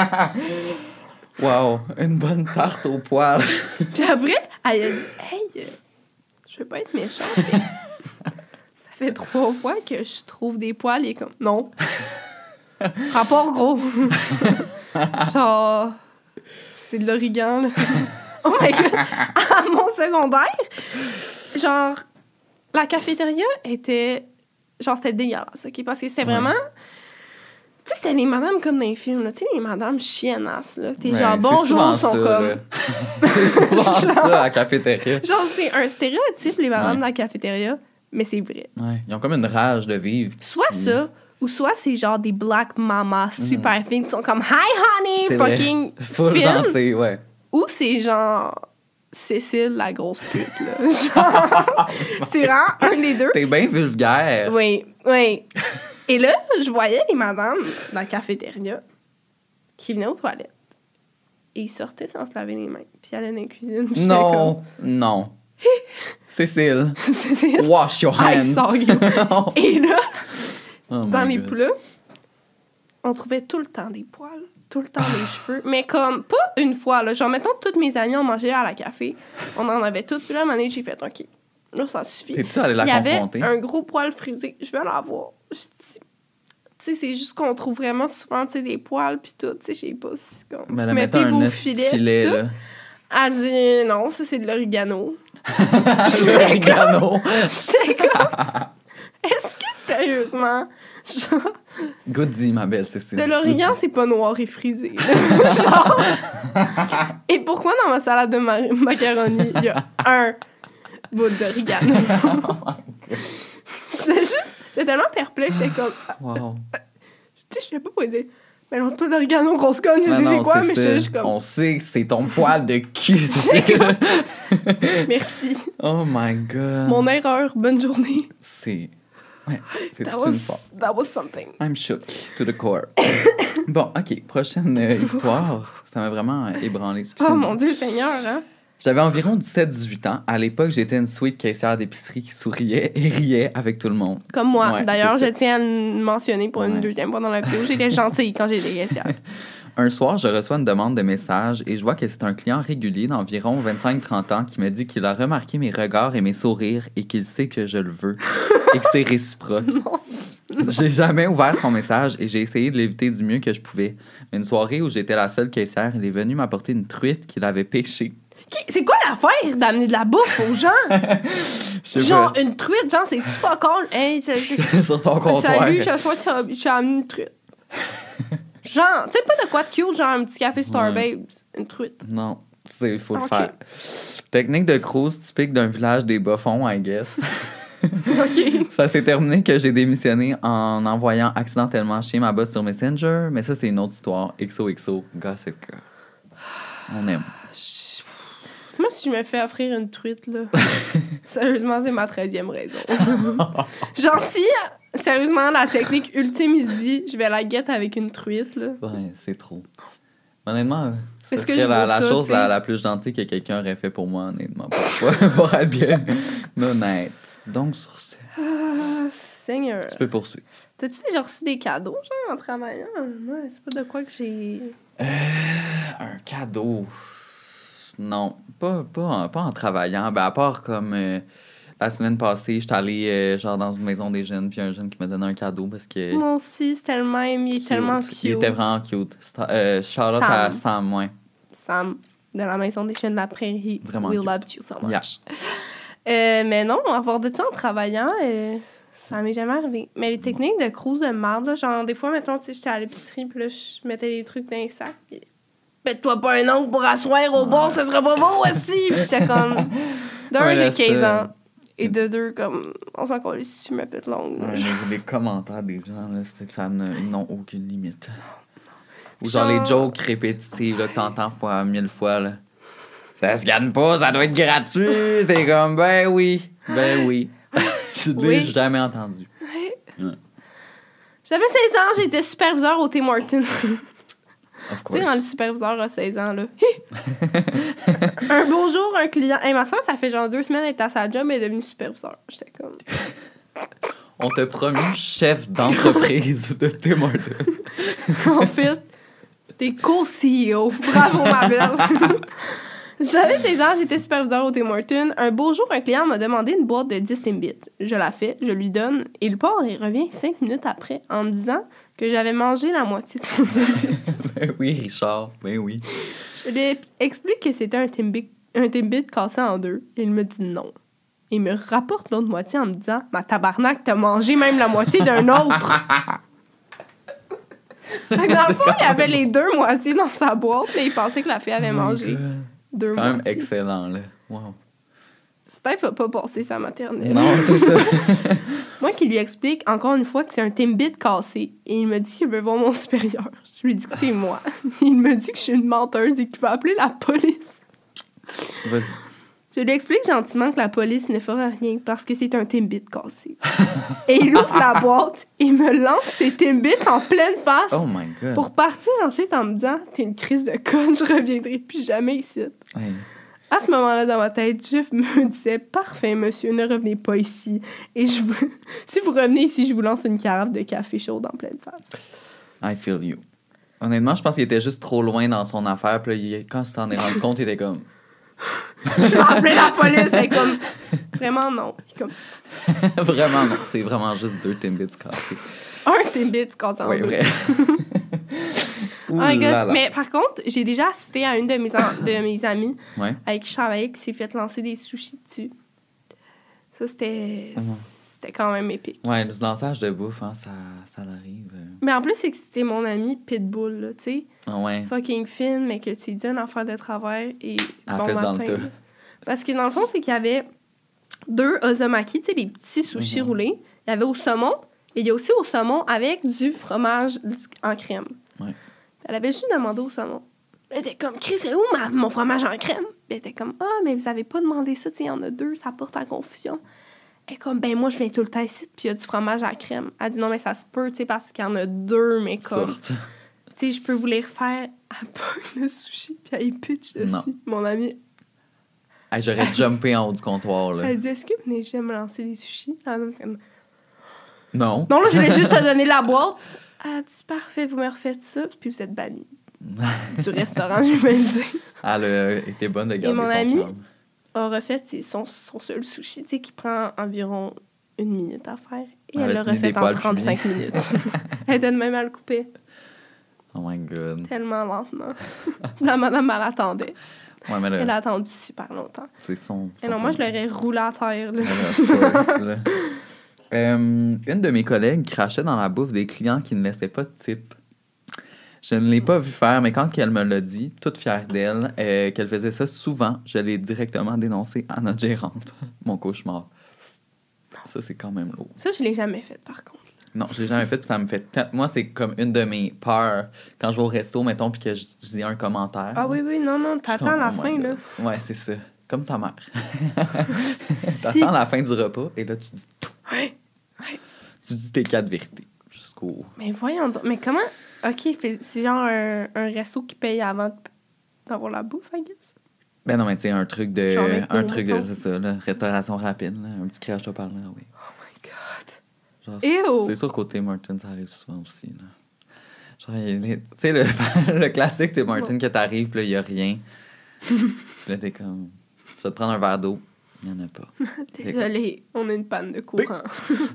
Wow. Une bonne tarte aux poils. Puis après, elle a dit hey, je veux pas être méchante. Ça fait 3 fois que je trouve des poils et comme non. Rapport gros. Genre, c'est de l'origan, là. Oh my God! À mon secondaire, genre, la cafétéria était... Genre, c'était dégueulasse, OK? Parce que c'était vraiment... Tu sais, c'était les madames comme dans les films, là. Tu sais, les madames chiennasses, là. T'es genre, bonjour, sont comme... C'est souvent ça, à la cafétéria. Genre, c'est un stéréotype, les madames de la cafétéria, mais c'est vrai. Ouais, ils ont comme une rage de vivre. Soit ça... Ou soit c'est genre des black mamas super fines qui sont comme « Hi, honey! » fucking full gentil, ouais. Ou c'est genre Cécile, la grosse pute, là. Genre, c'est vraiment un des deux. T'es bien vulgaire. Oui. Et là, je voyais les madames de la cafétéria qui venaient aux toilettes. Et il sortait sans se laver les mains. Puis il allait dans la cuisine. Puis Non, non. Cécile, Cécile, wash your I hands. saw you. Et là, Oh dans my les God. plats, on trouvait tout le temps des poils, tout le temps des cheveux. Mais comme, pas une fois, là. Genre, mettons, toutes mes amies ont mangé à la café. On en avait toutes. Puis là, à un moment donné, j'ai fait, OK, là, ça suffit. T'es-tu allé la Il y avait confronter? un gros poil frisé. Je vais l'avoir. Je dis, tu sais, c'est juste qu'on trouve vraiment souvent, tu sais, des poils, puis tout. Tu sais, je sais pas si... Comme, Mais là, mettez mettons vos un filets, filet, puis tout. là. Elle dit, non, ça, c'est de l'origano. L'origano. J'étais comme, est-ce que, sérieusement, genre, Goody, ma belle Cécile. de l'origan, c'est pas noir et frisé. Genre, et pourquoi dans ma salade de macaroni, il y a un bout d'origano? J'étais tellement perplexe, j'étais comme, Wow. tu sais, je sais pas pour dire, mais l'autre pas d'origano, grosse conne, je Mais sais non, c'est quoi, c'est mais ça. j'étais juste comme, On sait que c'est ton poil de cul, Cécile. merci. Oh my God. Mon erreur, bonne journée. C'est... Ouais, c'est That toute une fois. was something. I'm shook to the core. Bon, OK. Prochaine histoire. Ça m'a vraiment ébranlé. Oh Excusez-moi. mon Dieu Seigneur, hein? J'avais environ 17-18 ans. À l'époque, j'étais une sweet caissière d'épicerie qui souriait et riait avec tout le monde. Comme moi. Ouais, D'ailleurs, c'est je ça. tiens à le mentionner pour une Ouais. deuxième fois dans la vidéo. J'étais gentille quand j'étais caissière. Un soir, je reçois une demande de message et je vois que c'est un client régulier d'environ 25-30 ans qui me dit qu'il a remarqué mes regards et mes sourires et qu'il sait que je le veux et que c'est réciproque. J'ai jamais ouvert son message et j'ai essayé de l'éviter du mieux que je pouvais. Mais une soirée où j'étais la seule caissière, il est venu m'apporter une truite qu'il avait pêchée. C'est quoi l'affaire d'amener de la bouffe aux gens? Je sais Genre, pas. une truite, genre, c'est-tu pas con? Hey, Sur son comptoir. salut, je suis amené une truite. Genre, tu sais, pas de quoi de cute, genre un petit café Star Ouais. Babes. Une truite. Non, il faut le Ok. faire. Technique de cruise typique d'un village des bas-fonds, I guess. OK. Ça s'est terminé que j'ai démissionné en envoyant accidentellement chier ma boss sur Messenger, mais ça, c'est une autre histoire. XOXO, Gossip Girl. On aime. Moi, si je me fais offrir une truite, là, sérieusement, c'est ma 13e raison. Genre, si, sérieusement, la technique ultime, il se dit, je vais la guette avec une truite, là. Ouais, c'est trop. Honnêtement, ce Est-ce que serait je la vaux ça, chose tu sais? la plus gentille que quelqu'un aurait fait pour moi, honnêtement. Pour être bien honnête. Donc, sur ce, Ah, Seigneur. tu peux poursuivre. T'as-tu déjà reçu des cadeaux, genre, en travaillant? Moi, c'est pas de quoi que j'ai... Un cadeau. Non, pas en travaillant. Ben, à part comme la semaine passée, j'étais allée genre dans une maison des jeunes, puis un jeune qui m'a donné un cadeau parce que. Moi aussi, c'était le même. Il est tellement cute. Il était vraiment cute. Shout-out à Sam, ouais. Sam, de la maison des chiens de la prairie. Vraiment We cute. love you so much. Yeah. Mais non, avoir de ça en travaillant, ça m'est jamais arrivé. Mais les techniques de cruise de marde, là, genre, des fois, mettons, tu sais, j'étais à l'épicerie, puis là, je mettais les trucs dans les sacs, puis mets-toi pas un ongle pour asseoir au bord, ça serait pas beau aussi! Puis j'étais comme... D'un, Ouais, là, j'ai 15 ça- ans. Et de deux, comme, on s'en calait si tu me pètes l'ongle. Ouais, mais les commentaires des gens, là, ils n'ont aucune limite. Ou genre Genre- les jokes répétitives là, que t'entends fois 1000 fois. Là. Ça se gagne pas, ça doit être gratuit. T'es comme, ben oui. Je l'ai Oui. jamais entendu. J'avais 16 ans, j'étais superviseur au Tim Hortons. Of Tu sais, quand le course. superviseur a 16 ans, là. Un beau jour, un client... Hey, ma soeur, ça fait genre 2 semaines qu'elle est à sa job, elle est devenue superviseur. J'étais comme... On t'a promu chef d'entreprise de Tim Hortons. En fait, t'es co-CEO. Bravo, ma belle. J'avais 16 ans, j'étais superviseur au Tim Hortons. Un beau jour, un client m'a demandé une boîte de 10 Timbits. Je la fais, je lui donne, et il part et revient 5 minutes après en me disant que j'avais mangé la moitié de son Timbit. Ben oui, Richard, ben oui. Je lui explique que c'était un Timbit cassé en deux. Et il me dit non. Il me rapporte l'autre moitié en me disant « Ma tabarnak, t'as mangé même la moitié d'un autre! » Fait que dans le fond, il y avait les 2 moitiés dans sa boîte, mais il pensait que la fille avait Oh my mangé God. 2 C'est quand même moitiés. excellent, là. Wow. Steph n'a pas passé sa maternelle. Non, c'est ça. Moi qui lui explique encore une fois que c'est un Timbit cassé, et il me dit qu'il veut voir mon supérieur. Je lui dis que c'est moi. Il me dit que je suis une menteuse et qu'il va appeler la police. Vas-y. Je lui explique gentiment que la police ne fera rien parce que c'est un Timbit cassé. Et il ouvre la boîte et me lance ses Timbits en pleine face Oh my God. pour partir ensuite en me disant « T'es une crise de conne, je reviendrai plus jamais ici. » Hey. À ce moment-là, dans ma tête, je me disais « Parfait, monsieur, ne revenez pas ici. Et si vous revenez ici, je vous lance une carafe de café chaude en pleine face. » I feel you. Honnêtement, je pense qu'il était juste trop loin dans son affaire. Puis là, quand il s'en est rendu compte, il était comme... Je vais appeler la police. Elle est comme « Vraiment non. » Comme Vraiment non. C'est vraiment juste 2 Timbits cassés. un Timbit cassé en Oui, deux. vrai. Oh my God. Mais par contre, j'ai déjà assisté à une de mes amies Ouais. avec qui je travaillais qui s'est fait lancer des sushis dessus. Ça, c'était quand même épique. Ouais, le lançage de bouffe, hein, ça l'arrive. Mais en plus, c'est que c'était mon ami Pitbull, là, tu sais. Ah ouais. Fucking fine, mais que tu lui dis une affaire de travers et Elle bon fesse dans le matin. tas. Parce que dans le fond, c'est qu'il y avait 2 ozomaki, tu sais, les petits sushis roulés. Il y avait au saumon et il y a aussi au saumon avec du fromage en crème. Ouais. Elle avait juste demandé au saumon. Elle était comme, Chris, c'est où mon fromage en crème? Elle était comme, mais vous avez pas demandé ça, tu sais, il y en a 2, ça porte à confusion. Elle est comme, ben moi, je viens tout le temps ici, puis il y a du fromage à crème. Elle dit, non, mais ça se peut, tu sais, parce qu'il y en a 2, mais comme, Sorte. tu sais, je peux vous les refaire à peu le sushi, puis elle pitch dessus. Non. Mon amie, Hey, j'aurais jumpé en haut du comptoir, là. elle dit, est-ce que vous venez jamais me lancer des sushis? Elle dit, comme, Non. non, là, je voulais juste te donner la boîte. Elle dit, parfait, vous me refaites ça, puis vous êtes banni du restaurant, je vais le dire. Elle a été bonne de garder mon son ami, calme. A refait son seul sushi, tu sais, qui prend environ 1 minute à faire. Et Elle elle l'a a-tu mis refait des en poils 35 minutes. Elle était de même à le couper. Oh my God. Tellement lentement. La madame, elle attendait. Ouais, mais Elle là, a attendu super longtemps. c'est son... Et non, moi, je l'aurais roulé à terre, là. Une de mes collègues crachait dans la bouffe des clients qui ne laissaient pas de type. Je ne l'ai pas vu faire, mais quand elle me l'a dit, toute fière d'elle, qu'elle faisait ça souvent, je l'ai directement dénoncé à notre gérante. Mon cauchemar. Ça, c'est quand même lourd. Ça, je l'ai jamais fait, par contre. Non, je l'ai jamais fait, puis ça me fait... Moi, c'est comme une de mes peurs quand je vais au resto, mettons, puis que je dis un commentaire. Ah oui, non, t'attends la fin, là. Ouais, c'est ça. Comme ta mère. Si. T'attends la fin du repas, et là, tu dis tout. Ouais. Tu dis tes 4 vérités. Jusqu'au... Mais voyons donc. Mais comment... OK, c'est genre un resto qui paye avant d'avoir la bouffe, I guess. Ben non, mais tu sais, un truc de... Genre avec Un des truc de... moutons. C'est ça, là. Restauration rapide, là. Un petit crash au parler, oui. Oh my God. Genre, Ew! c'est sûr qu'au Tim Hortons, ça arrive souvent aussi, là. Genre, tu sais, le, le classique Tim Hortons que t'arrives, puis là, il y a rien. Puis là, t'es comme... Tu vas te prendre un verre d'eau. Il n'y en a pas. Désolée, on a une panne de courant.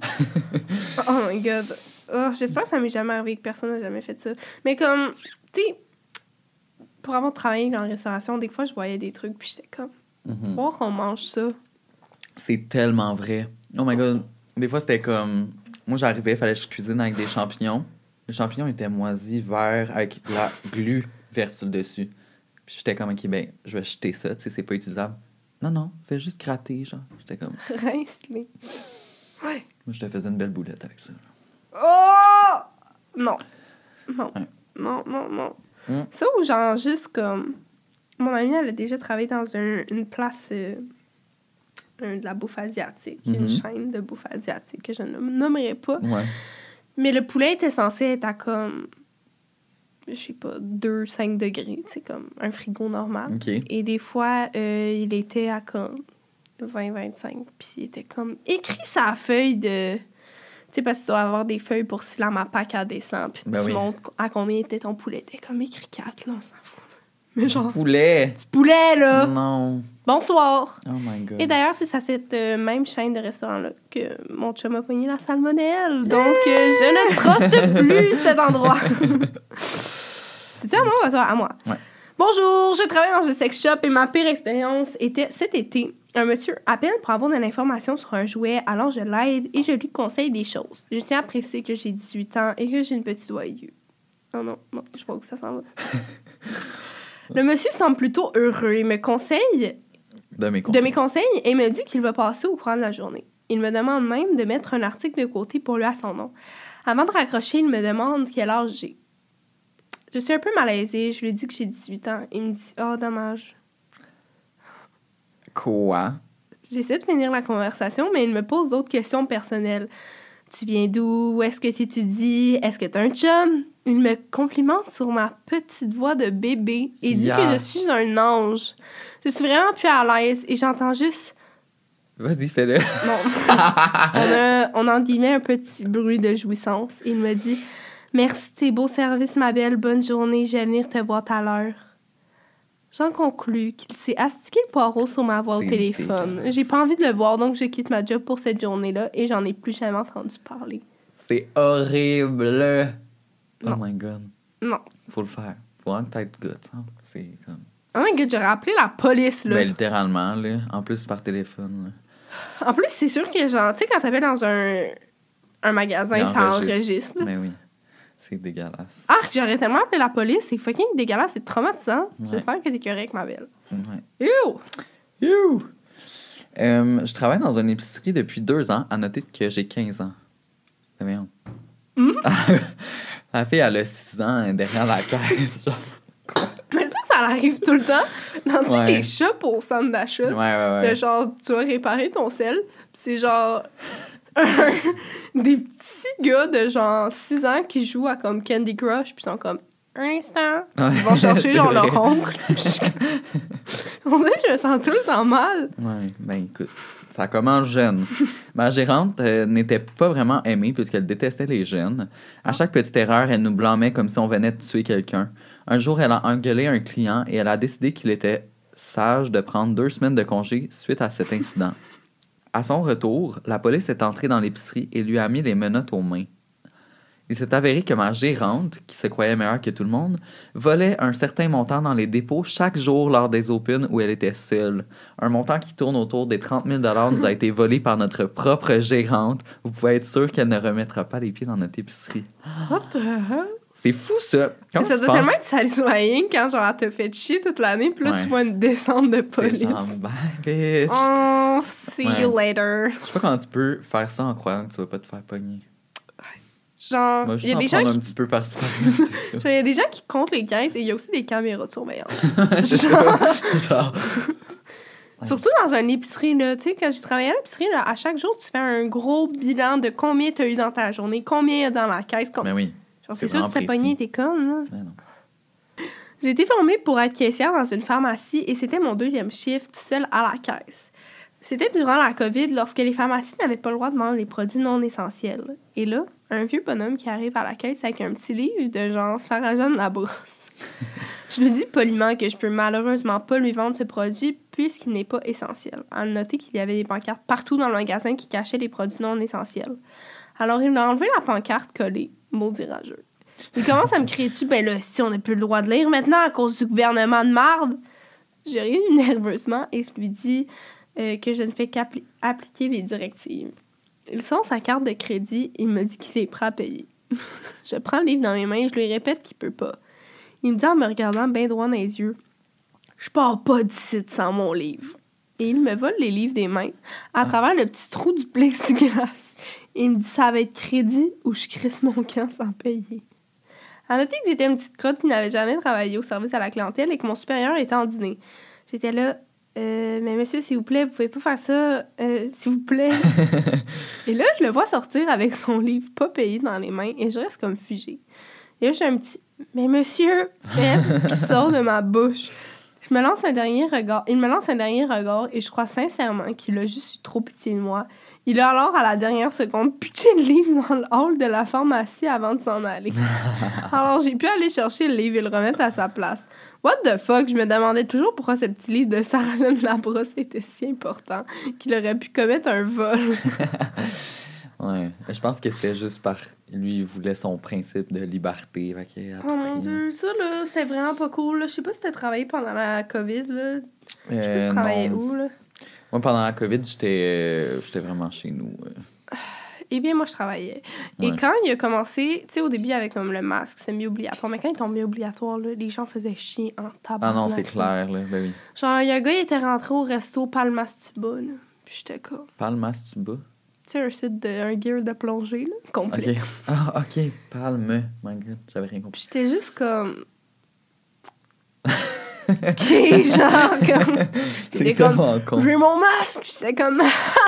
Oh my God. Oh, j'espère que ça m'est jamais arrivé, que personne n'a jamais fait ça. Mais comme, tu sais, pour avoir travaillé dans la restauration, des fois, je voyais des trucs, puis j'étais comme, voir qu'on mange ça. C'est tellement vrai. Oh my God. Des fois, c'était comme... Moi, j'arrivais, il fallait que je cuisine avec des champignons. Les champignons étaient moisis, verts, avec de la glu verte sur le dessus. Puis j'étais comme, OK, ben, je vais jeter ça, tu sais, c'est pas utilisable. Non, fais juste gratter, genre. J'étais comme... Rince-les. Ouais. Moi, je te faisais une belle boulette avec ça. Oh! Non. Non. Ouais. Non. Mm. Ça ou genre juste comme... Mon amie, elle a déjà travaillé dans une place de la bouffe asiatique. Une chaîne de bouffe asiatique que je ne nommerai pas. Ouais. Mais le poulet était censé être à comme... Je sais pas, 2-5 degrés. Tu sais, comme un frigo normal. OK. Et des fois, il était à comme 20-25. Puis il était comme... Écrit sa feuille de... Tu sais, parce que tu dois avoir des feuilles pour si la mapac elle descend. Puis Ben tu oui. montres à combien était ton poulet. T'es comme écrit 4, là, on s'en fout. Mais genre, Poulet! du poulet, là! Non. Bonsoir! Oh my God. Et d'ailleurs, c'est à cette même chaîne de restaurants-là que mon chum a pogné la salmonelle. Donc, je ne truste plus cet endroit. C'est-tu à moi ou à toi? À moi. Ouais. Bonjour, je travaille dans un sex shop et ma pire expérience était cet été. Un monsieur appelle pour avoir de l'information sur un jouet, alors je l'aide et je lui conseille des choses. Je tiens à préciser que j'ai 18 ans et que j'ai une petite voix aiguë. Oh non, je vois où ça s'en va. Le monsieur semble plutôt heureux et me conseille De mes conseils et me dit qu'il va passer au courant de la journée. Il me demande même de mettre un article de côté pour lui à son nom. Avant de raccrocher, il me demande quel âge j'ai. Je suis un peu malaisée. Je lui dis que j'ai 18 ans. Il me dit « Oh, dommage. » Quoi? J'essaie de finir la conversation, mais il me pose d'autres questions personnelles. Tu viens d'où? Où est-ce que tu étudies? Est-ce que t'as un chum? Il me complimente sur ma petite voix de bébé et dit que je suis un ange. Je suis vraiment plus à l'aise et j'entends juste... Vas-y, fais-le. Non. On a en guillemets un petit bruit de jouissance. Il me dit « Merci, tes beaux services, ma belle. Bonne journée. Je vais venir te voir tout à l'heure. » J'en conclus qu'il s'est astiqué le poireau sur ma voix au téléphone. Dégueulasse. J'ai pas envie de le voir, donc je quitte ma job pour cette journée-là et j'en ai plus jamais entendu parler. C'est horrible. Non. Oh my God. Non. Faut le faire. Faut vraiment que t'aies de goût, hein. C'est comme... Oh my God, j'aurais appelé la police, là. Ben, littéralement, là. En plus, par téléphone, là. En plus, c'est sûr que, genre, tu sais, quand t'appelles dans un magasin, ça enregistre. Mais oui. C'est dégueulasse. Ah, j'aurais tellement appelé la police. C'est fucking dégueulasse, c'est traumatisant. Ouais. J'espère que t'es correct, ma belle. Ouais. Ew! You! Je travaille dans une épicerie depuis 2 ans. À noter que j'ai 15 ans. C'est bien. La fille, elle a 6 ans derrière la caisse. Genre. Mais ça arrive tout le temps. Dans tu sais, les shops au centre d'achat. Ouais. De genre, tu vas réparer ton sel. Pis c'est genre... des petits gars de genre 6 ans qui jouent à comme Candy Crush. Puis sont comme... Un instant. Ouais. Ils vont chercher genre C'est leur vrai. oncle. On dirait que je me sens tout le temps mal. Ouais, ben écoute, ça commence jeune. Ma gérante n'était pas vraiment aimée puisqu'elle détestait les jeunes. À chaque petite erreur, elle nous blâmait comme si on venait de tuer quelqu'un. Un jour, elle a engueulé un client et elle a décidé qu'il était sage de prendre 2 semaines de congé suite à cet incident. À son retour, la police est entrée dans l'épicerie et lui a mis les menottes aux mains. Il s'est avéré que ma gérante, qui se croyait meilleure que tout le monde, volait un certain montant dans les dépôts chaque jour lors des Open où elle était seule. Un montant qui tourne autour des 30 000 $ nous a été volé par notre propre gérante. Vous pouvez être sûr qu'elle ne remettra pas les pieds dans notre épicerie. What the hell? C'est fou, ça! Mais ça doit tellement être satisfying quand genre elle te fait chier toute l'année, puis là tu vois une descente de police. Genre, bye, bitch! Oh, see you later. Je sais pas comment tu peux faire ça en croyant que tu vas pas te faire pogner. Genre, Moi, il y a des gens un qui... petit peu par-ci. Genre, il y a des gens qui comptent les caisses et il y a aussi des caméras de surveillance. Genre... Surtout dans une épicerie, là. Tu sais, quand j'ai travaillé à l'épicerie, là, à chaque jour, tu fais un gros bilan de combien tu as eu dans ta journée, combien il y a dans la caisse. Ben oui. Genre, c'est sûr que tu fais pogner tes connes, là. Ben non. J'ai été formée pour être caissière dans une pharmacie et c'était mon 2e shift seule à la caisse. C'était durant la COVID, lorsque les pharmacies n'avaient pas le droit de vendre les produits non essentiels. Et là, un vieux bonhomme qui arrive à la caisse avec un petit livre de genre Sarah-Jeanne Labrosse. Je lui dis poliment que je peux malheureusement pas lui vendre ce produit puisqu'il n'est pas essentiel. À noter qu'il y avait des pancartes partout dans le magasin qui cachaient les produits non essentiels. Alors il m'a enlevé la pancarte collée, maudit rageux. Il commence à me crier dessus, ben là, si on n'a plus le droit de lire maintenant à cause du gouvernement de marde. Je ris nerveusement et je lui dis que je ne fais qu'appliquer les directives. Il sort sa carte de crédit et il me dit qu'il est prêt à payer. Je prends le livre dans mes mains et je lui répète qu'il peut pas. Il me dit en me regardant bien droit dans les yeux, « Je pars pas d'ici sans mon livre. » Et il me vole les livres des mains à travers le petit trou du plexiglas. Et il me dit, ça va être crédit ou je crisse mon camp sans payer. À noter que j'étais une petite crotte qui n'avait jamais travaillé au service à la clientèle et que mon supérieur était en dîner. J'étais là, mais monsieur, s'il vous plaît, vous pouvez pas faire ça, s'il vous plaît. Et là, je le vois sortir avec son livre pas payé dans les mains et je reste comme figée. Et là, j'ai un petit, mais monsieur, qui sort de ma bouche. Il me lance un dernier regard et je crois sincèrement qu'il a juste eu trop pitié de moi. Il a alors, à la dernière seconde, pitché le livre dans le hall de la pharmacie avant de s'en aller. Alors, j'ai pu aller chercher le livre et le remettre à sa place. What the fuck? Je me demandais toujours pourquoi ce petit livre de Sarah-Jeanne Labrosse était si important qu'il aurait pu commettre un vol. Ouais, je pense que c'était juste par... Lui, il voulait son principe de liberté. Oh mon Dieu, ça, là, c'était vraiment pas cool. Là. Je sais pas si t'as travaillé pendant la COVID, là. Je peux travailler où, là? Moi, pendant la COVID, j'étais vraiment chez nous. Eh bien, moi, je travaillais. Ouais. Et quand il a commencé, tu sais, au début, avec comme le masque semi-obligatoire, mais quand il est tombé obligatoire, là, les gens faisaient chier en tabac. Ah non, c'est clair, là. Ben oui. Genre, il y a un gars, il était rentré au resto Palmas-Tuba, là. Puis j'étais comme... Palmas-Tuba? Tu sais, un site un gear de plongée, là, complet. OK. Ah, OK. Palme. My God, j'avais rien compris. Puis j'étais juste comme... Qui, genre, comme... C'est C'était tellement con. J'ai mon masque! Puis c'était comme...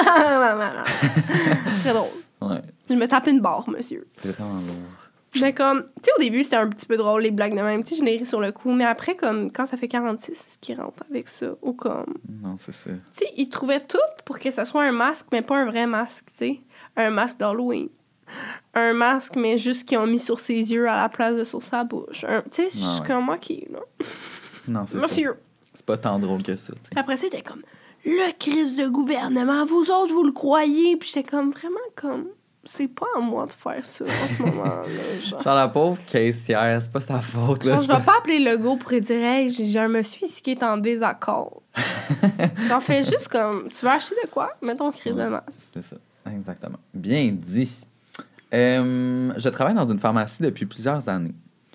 Très drôle. Ouais, Je me tapais une barre, monsieur. c'est vraiment lourd. Mais comme, tu sais, au début, c'était un petit peu drôle, les blagues de même. Tu sais, je les ris sur le coup. Mais après, comme, quand ça fait 46 qui rentrent avec ça, ou comme... Non, c'est ça. Tu sais, ils trouvaient tout pour que ça soit un masque, mais pas un vrai masque, tu sais. Un masque d'Halloween. Un masque, mais juste qu'ils ont mis sur ses yeux à la place de sur sa bouche. Tu sais, je suis comme, OK, là. Non, c'est ça. Monsieur. C'est pas tant drôle que ça, tu sais. Après, c'était comme, le crise de gouvernement, vous autres, vous le croyez? Puis j'étais comme, vraiment comme... C'est pas à moi de faire ça en ce moment-là. Genre, La pauvre caissière, c'est pas sa faute, là. je vais pas appeler Legault pour lui dire « Hey, j'ai un monsieur ici qui est en désaccord. » J'en fais juste comme « Tu veux acheter de quoi? Mets ton crise de masque. » C'est ça, exactement. Bien dit. Je travaille dans une pharmacie depuis plusieurs années.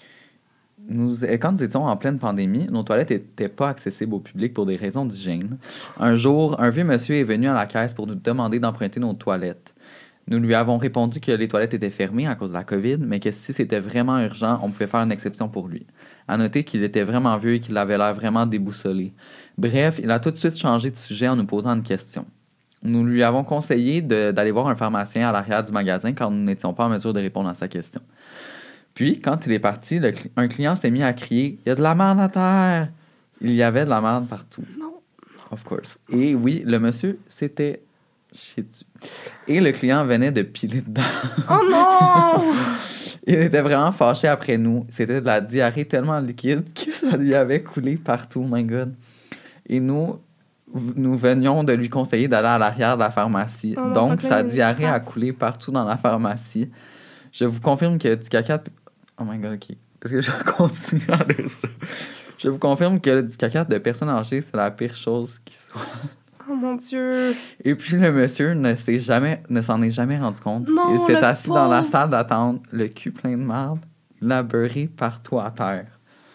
Quand nous étions en pleine pandémie, nos toilettes n'étaient pas accessibles au public pour des raisons d'hygiène. Un jour, un vieux monsieur est venu à la caisse pour nous demander d'emprunter nos toilettes. Nous lui avons répondu que les toilettes étaient fermées à cause de la COVID, mais que si c'était vraiment urgent, on pouvait faire une exception pour lui. À noter qu'il était vraiment vieux et qu'il avait l'air vraiment déboussolé. Bref, il a tout de suite changé de sujet en nous posant une question. Nous lui avons conseillé d'aller voir un pharmacien à l'arrière du magasin quand nous n'étions pas en mesure de répondre à sa question. Puis, quand il est parti, un client s'est mis à crier « Il y a de la merde à terre! » Il y avait de la merde partout. Non. Of course. Et oui, le monsieur s'était chié dessus. Et le client venait de piler dedans. Oh non! Il était vraiment fâché après nous. C'était de la diarrhée tellement liquide que ça lui avait coulé partout, my God. Et nous venions de lui conseiller d'aller à l'arrière de la pharmacie. Oh, donc, sa diarrhée a trace. coulé partout dans la pharmacie. Je vous confirme que du caca... Oh my God, OK. Est-ce que je continue à dire ça? Je vous confirme que du caca de personnes âgées, c'est la pire chose qui soit. Oh mon Dieu! Et puis le monsieur ne s'en est jamais rendu compte. Non, Il s'est le assis dans la pauvre. salle d'attente, le cul plein de marde, la beurrée partout à terre.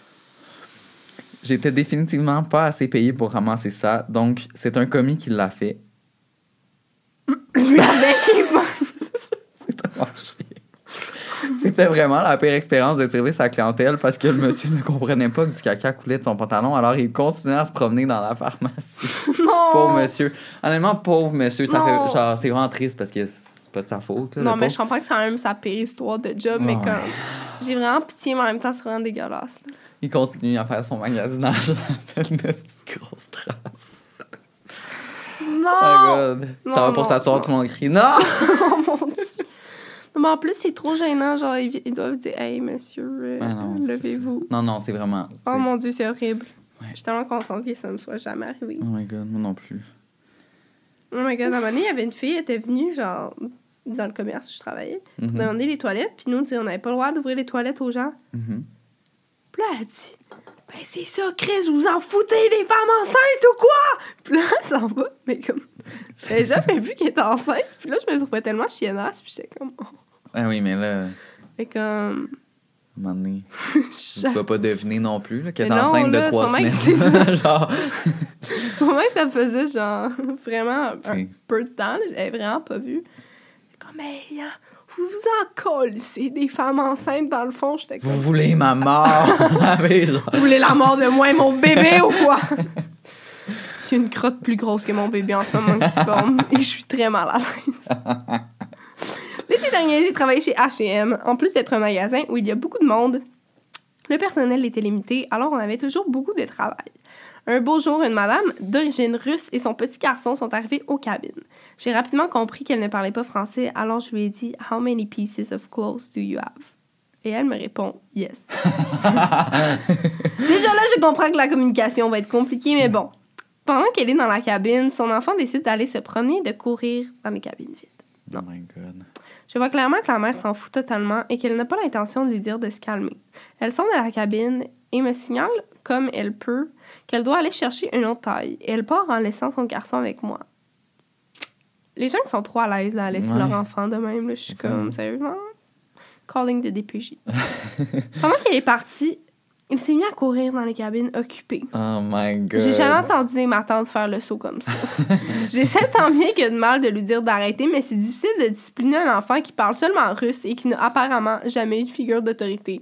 J'étais définitivement pas assez payé pour ramasser ça, donc c'est un commis qui l'a fait. Lui avec, C'est tellement chier. C'était vraiment la pire expérience de servir sa clientèle parce que le monsieur ne comprenait pas que du caca coulait de son pantalon, alors il continuait à se promener dans la pharmacie. Non! Pauvre monsieur. Honnêtement, pauvre monsieur, ça Non. fait, genre, c'est vraiment triste parce que c'est pas de sa faute. Là, Non, le mais pauvre. je comprends que c'est quand même sa pire histoire de job, mais Ouais. comme... J'ai vraiment pitié, mais en même temps, c'est vraiment dégueulasse. Là. Il continue à faire son magasinage avec une petite grosse trace. Non! Oh my God. Non, Ça va pour non, s'asseoir, non. tout le monde crie « Non! » Oh mon Dieu! Non, mais en plus, c'est trop gênant. Genre, ils doivent dire « Hey, monsieur, Ah non, c'est levez-vous. » Non, c'est vraiment... Oh mon Dieu, c'est horrible. Ouais. Je suis tellement contente que ça me soit jamais arrivé. Oh my God, moi non plus. Oh my God, à un moment donné, il y avait une fille, elle était venue, genre, dans le commerce où je travaillais, Mhm. demander les toilettes, puis nous, tu sais, on n'avait pas le droit d'ouvrir les toilettes aux gens. Mhm. Puis là, elle dit « Ben, c'est ça, Chris, vous en foutez des femmes enceintes ou quoi? » Puis là, elle s'en va, mais comme, j'avais jamais vu qu'elle était enceinte, puis là, je me trouvais tellement chiennasse, puis j'étais comme... Oh. Ah oui, mais là, Mais comme... à un moment donné, tu vas pas deviner non plus là, qu'elle est Mais non, enceinte là, de 3 sûrement que semaines. c'est ça. Genre, Sûrement que ça faisait, genre, vraiment un C'est- peu de temps, là, j'avais vraiment pas vu. Comme, hey, hein, vous vous en colissez des femmes enceintes, dans le fond, j'étais comme... vous voulez ma mort? Ah oui, genre. Vous voulez la mort de moi et mon bébé ou quoi? J'ai une crotte plus grosse que mon bébé en ce moment qui se forme et je suis très mal à l'aise. L'été dernier, j'ai travaillé chez H&M. En plus d'être un magasin où il y a beaucoup de monde, le personnel était limité, alors on avait toujours beaucoup de travail. Un beau jour, une madame d'origine russe et son petit garçon sont arrivés aux cabines. J'ai rapidement compris qu'elle ne parlait pas français, alors je lui ai dit « How many pieces of clothes do you have? » Et elle me répond « Yes. » Déjà là, je comprends que la communication va être compliquée, mais bon. Pendant qu'elle est dans la cabine, son enfant décide d'aller se promener et de courir dans les cabines vides. Oh my God. Je vois clairement que la mère s'en fout totalement et qu'elle n'a pas l'intention de lui dire de se calmer. Elle sort de la cabine et me signale, comme elle peut, qu'elle doit aller chercher une autre taille. Et elle part en laissant son garçon avec moi. Les gens qui sont trop à l'aise là, à laisser Ouais. leur enfant de même, là, je suis comme, Ouais. sérieusement, calling de DPJ. Pendant qu'elle est partie, il s'est mis à courir dans les cabines occupées. Oh my God. J'ai jamais entendu ma tante faire le saut comme ça. J'essaie tant bien que de mal de lui dire d'arrêter, mais c'est difficile de discipliner un enfant qui parle seulement russe et qui n'a apparemment jamais eu de figure d'autorité.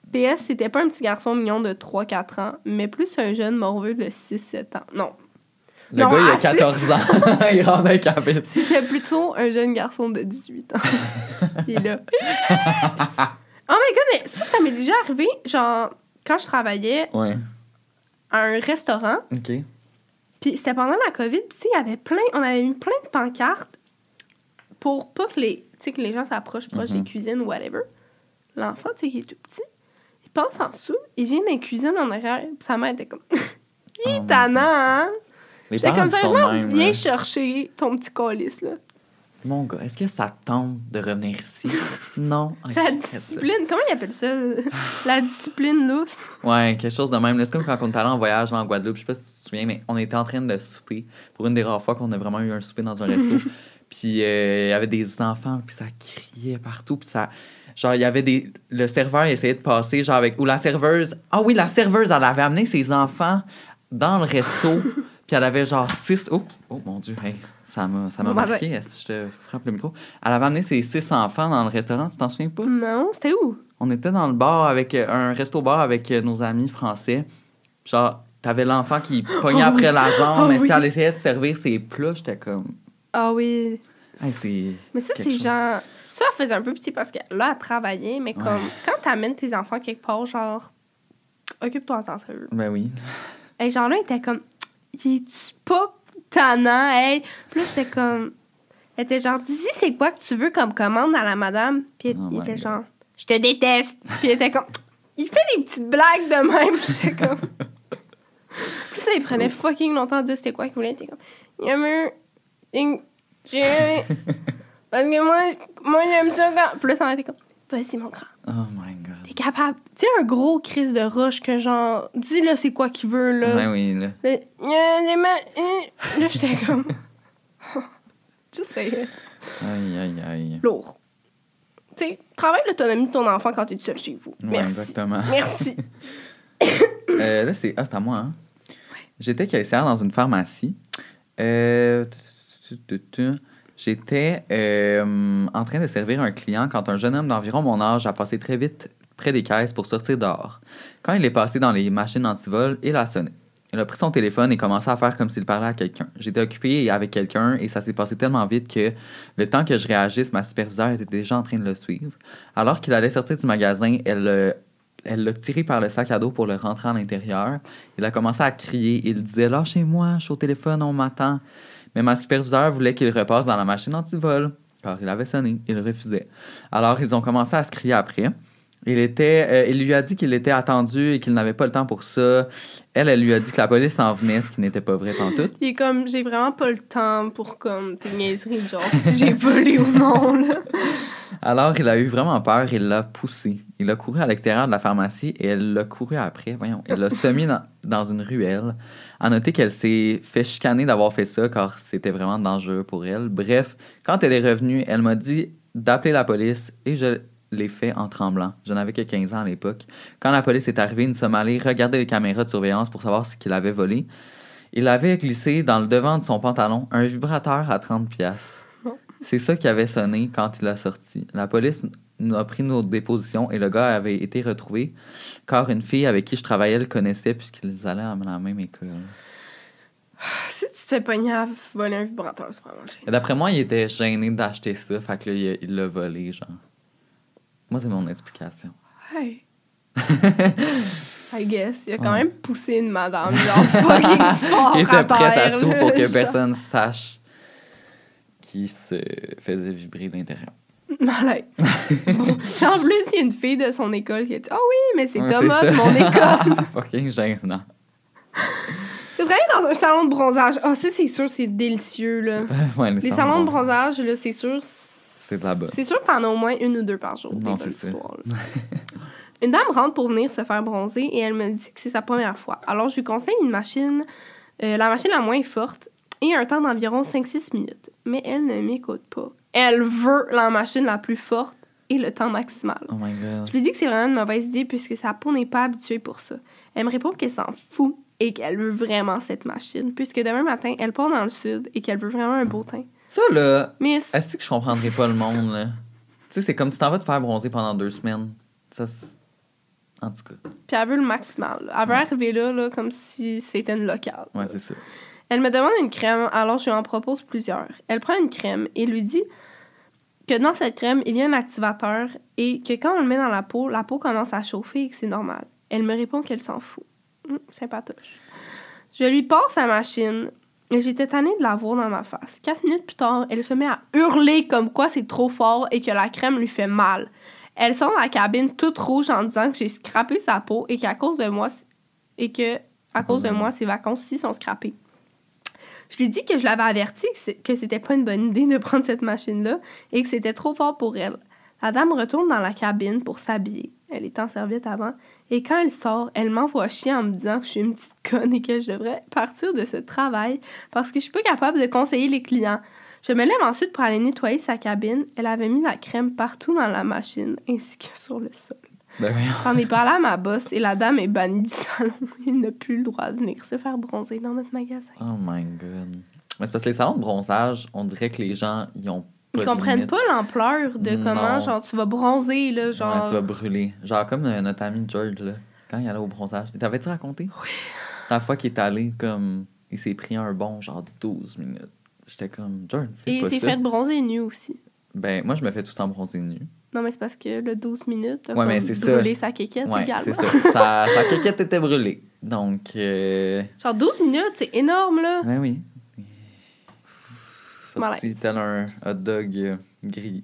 PS, c'était pas un petit garçon mignon de 3-4 ans, mais plus un jeune morveux de 6-7 ans. Non. Le gars, il a 14 ans. Il rentre avec la bite. C'était plutôt un jeune garçon de 18 ans. Il est là. Oh my god, mais ça m'est déjà arrivé, genre, quand je travaillais à un restaurant. OK. Puis c'était pendant la COVID, puis il y avait on avait mis plein de pancartes pour pas que que les gens s'approchent proche des cuisines ou whatever. L'enfant, tu sais, qui est tout petit, il passe en dessous, il vient dans la cuisine en arrière, puis sa mère était comme... Il est tannant, hein? J'étais comme ça, viens chercher ton petit colis, là. Mon gars, est-ce que ça te tente de revenir ici? Non. Okay, la discipline, comment ils appellent ça? La discipline lousse. Ouais, quelque chose de même. C'est comme quand on est allé en voyage là, en Guadeloupe, je sais pas si tu te souviens, mais on était en train de souper. Pour une des rares fois qu'on a vraiment eu un souper dans un resto. Puis il y avait des enfants, puis ça criait partout, puis ça... Genre, il y avait le serveur essayait de passer, genre avec... Ou la serveuse... Ah oui, la serveuse, elle avait amené ses enfants dans le resto, puis elle avait genre 6... Oh mon Dieu, hey, ça m'a marqué, si je te frappe le micro. Elle avait amené ses 6 enfants dans le restaurant, tu t'en souviens pas? Non, c'était où? On était dans le bar, avec un resto-bar avec nos amis français. Genre, t'avais l'enfant qui pognait après la jambe, mais si elle essayait de servir ses plats, j'étais comme... Ah oui. Hey, mais ça, c'est genre... Ça, elle faisait un peu petit parce que là, elle travaillait, mais comme quand t'amènes tes enfants quelque part, genre, occupe-toi en sérieux. Ben oui. Et genre là, il était comme, il est-tu pas tannant, hey? Puis là, j'étais comme, elle était genre, dis c'est quoi que tu veux comme commande à la madame? Puis il était genre, je te déteste. Puis il était comme, il fait des petites blagues de même. Puis j'étais comme. Puis ça, il prenait fucking longtemps à dire c'était quoi qu'il voulait. Il était comme, il y a parce que moi j'aime ça quand... Puis là, ça m'a été comme, vas-y, mon grand. Oh my God. T'es capable. Tu sais, un gros crise de roche que genre, dis là, c'est quoi qu'il veut, là. Ouais, oui, là. Là, j'étais comme... Just say it. Aïe. Lourd. Tu sais, travaille l'autonomie de ton enfant quand t'es seul chez vous. Ouais, Merci. exactement. Merci. Là, c'est à moi, hein? Ouais. J'étais caissière dans une pharmacie. J'étais en train de servir un client quand un jeune homme d'environ mon âge a passé très vite près des caisses pour sortir dehors. Quand il est passé dans les machines anti-vol, il a sonné. Il a pris son téléphone et commencé à faire comme s'il parlait à quelqu'un. J'étais occupée avec quelqu'un et ça s'est passé tellement vite que le temps que je réagisse, ma superviseure était déjà en train de le suivre. Alors qu'il allait sortir du magasin, elle l'a tiré par le sac à dos pour le rentrer à l'intérieur. Il a commencé à crier. Il disait « Lâchez-moi, je suis au téléphone, on m'attend. » Mais ma superviseure voulait qu'il repasse dans la machine anti-vol, car il avait sonné. Il refusait. Alors, ils ont commencé à se crier après. Il lui a dit qu'il était attendu et qu'il n'avait pas le temps pour ça. Elle lui a dit que la police s'en venait, ce qui n'était pas vrai pantoute. Il est comme, j'ai vraiment pas le temps pour comme tes niaiseries, genre si j'ai volé ou non, là. Alors, il a eu vraiment peur, il l'a poussé. Il a couru à l'extérieur de la pharmacie et elle l'a couru après. Voyons, il l'a semé dans une ruelle. À noter qu'elle s'est fait chicaner d'avoir fait ça, car c'était vraiment dangereux pour elle. Bref, quand elle est revenue, elle m'a dit d'appeler la police et je l'ai fait en tremblant. Je n'avais que 15 ans à l'époque. Quand la police est arrivée, nous sommes allés regarder les caméras de surveillance pour savoir ce qu'il avait volé. Il avait glissé dans le devant de son pantalon un vibrateur à 30$. C'est ça qui avait sonné quand il a sorti. La police nous a pris nos dépositions et le gars avait été retrouvé car une fille avec qui je travaillais le connaissait puisqu'ils allaient à la même école. Si tu te fais pogner à voler un vibrateur, c'est vraiment gênant. D'après moi, il était gêné d'acheter ça, fait que là, il l'a volé, genre. Moi, c'est mon explication. Hey. I guess. Il a quand même poussé une madame, genre fucking fort. Il était prêt à terre, tout là, pour que genre. personne sache qui se faisait vibrer de l'intérieur. Malaise. Bon. En plus, il y a une fille de son école qui a dit « Ah oui, mais c'est Thomas c'est de mon école. » Fucking gênant. J'ai travaillé dans un salon de bronzage. Ah, ça, c'est sûr, c'est délicieux, là. Ouais, les salons de bronzage, là, c'est sûr... C'est de la bonne. C'est sûr que t'en as au moins 1 ou 2 par jour. Non, c'est ça. Une dame rentre pour venir se faire bronzer et elle me dit que c'est sa première fois. Alors, je lui conseille une machine, la machine la moins forte, et un temps d'environ 5-6 minutes. Mais elle ne m'écoute pas. Elle veut la machine la plus forte et le temps maximal. Oh my God. Je lui dis que c'est vraiment une mauvaise idée puisque sa peau n'est pas habituée pour ça. Elle me répond qu'elle s'en fout et qu'elle veut vraiment cette machine puisque demain matin, elle part dans le sud et qu'elle veut vraiment un beau teint. Ça, là, Miss. est-ce que je comprendrais pas le monde, là? Tu sais, c'est comme tu t'en vas te faire bronzer pendant 2 semaines. Ça, En tout cas. Puis elle veut le maximal. Là. Elle veut arriver là, comme si c'était une locale. Ouais, c'est ça. Elle me demande une crème, alors je lui en propose plusieurs. Elle prend une crème et lui dit que dans cette crème, il y a un activateur et que quand on le met dans la peau commence à chauffer et que c'est normal. Elle me répond qu'elle s'en fout. Sympatoche. Je lui passe sa machine et j'étais tannée de la voir dans ma face. 4 minutes plus tard, elle se met à hurler comme quoi c'est trop fort et que la crème lui fait mal. Elle sort de la cabine toute rouge en disant que j'ai scrappé sa peau et qu'à cause de moi, ses vacances-ci sont scrappées. Je lui dis que je l'avais averti que c'était pas une bonne idée de prendre cette machine-là et que c'était trop fort pour elle. La dame retourne dans la cabine pour s'habiller. Elle était en serviette avant. Et quand elle sort, elle m'envoie chier en me disant que je suis une petite conne et que je devrais partir de ce travail parce que je suis pas capable de conseiller les clients. Je me lève ensuite pour aller nettoyer sa cabine. Elle avait mis la crème partout dans la machine ainsi que sur le sol. Ben voyons. J'en ai parlé à ma boss et la dame est bannie du salon. Il n'a plus le droit de venir se faire bronzer dans notre magasin. Oh my God. Mais c'est parce que les salons de bronzage, on dirait que les gens, ils ont pas Ils comprennent pas l'ampleur de comment, genre, tu vas bronzer, là, genre... Ouais, tu vas brûler. Genre comme notre ami George, là, quand il allait au bronzage. T'avais-tu raconté? Oui. La fois qu'il est allé, comme, il s'est pris un bon, genre 12 minutes. J'étais comme, George, fais Et pas il s'est ça. fait bronzer nu aussi. Ben, moi, je me fais tout le temps bronzer nu. Non, mais c'est parce que le 12 minutes a Ouais, mais c'est brûlé ça. sa kékette Ouais, également. c'est ça. Sa kékette était brûlée. Donc, Genre 12 minutes, c'est énorme, là. ben oui. Malaise. Sorti tel un hot dog grillé.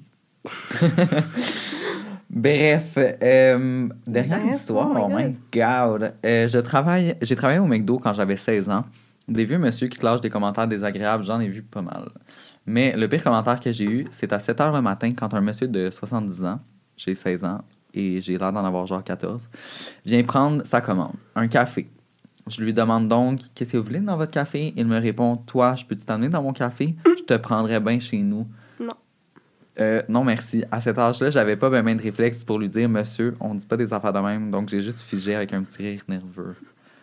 Bref, dernière histoire, oh my God. J'ai travaillé au McDo quand j'avais 16 ans. Des vieux monsieur qui te lâchent des commentaires désagréables, j'en ai vu pas mal. Mais le pire commentaire que j'ai eu, c'est à 7 h le matin quand un monsieur de 70 ans, j'ai 16 ans et j'ai l'air d'en avoir genre 14, vient prendre sa commande, un café. Je lui demande donc « Qu'est-ce que vous voulez dans votre café? » Il me répond « Toi, je peux-tu t'amener dans mon café? Je te prendrais bien chez nous. » Non. Non, merci. À cet âge-là, j'avais pas ben de réflexe pour lui dire « Monsieur, on dit pas des affaires de même. » Donc, j'ai juste figé avec un petit rire nerveux.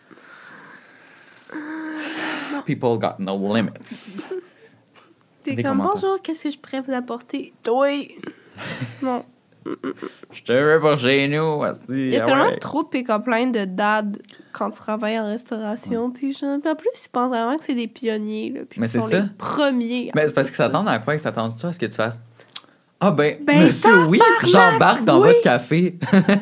People got no limits. T'es Des comme commentaires. bonjour, qu'est-ce que je pourrais vous apporter? Toi! Non. Je te veux pas chez nous. Il y a tellement trop de pick-up lines de dad quand tu travailles en restauration. T'es genre... Puis en plus, ils pensent vraiment que c'est des pionniers. Là, puis Mais qu'ils sont c'est ça. les premiers. Mais c'est parce qu'ils s'attendent à quoi? Ils s'attendent à ce que tu fasses. Ah ben monsieur, oui, j'embarque dans votre café.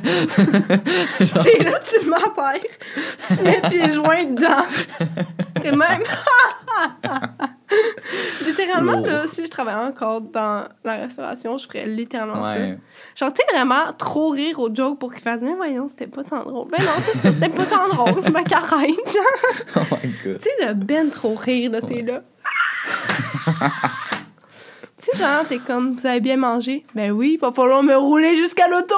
T'es là, tu m'enterres. Tu mets pieds joints dedans. T'es même... Littéralement, là, si je travaillais encore dans la restauration, je ferais littéralement ça. Genre, tu sais, vraiment trop rire aux jokes pour qu'ils fassent « Mais voyons, c'était pas tant drôle. » Ben non, c'est ça, c'était pas tant drôle. Ma carène, genre. Oh my God. Tu sais, de ben trop rire, là, t'es là. Tu sais, genre, t'es comme, vous avez bien mangé? Ben oui, il va falloir me rouler jusqu'à l'auto.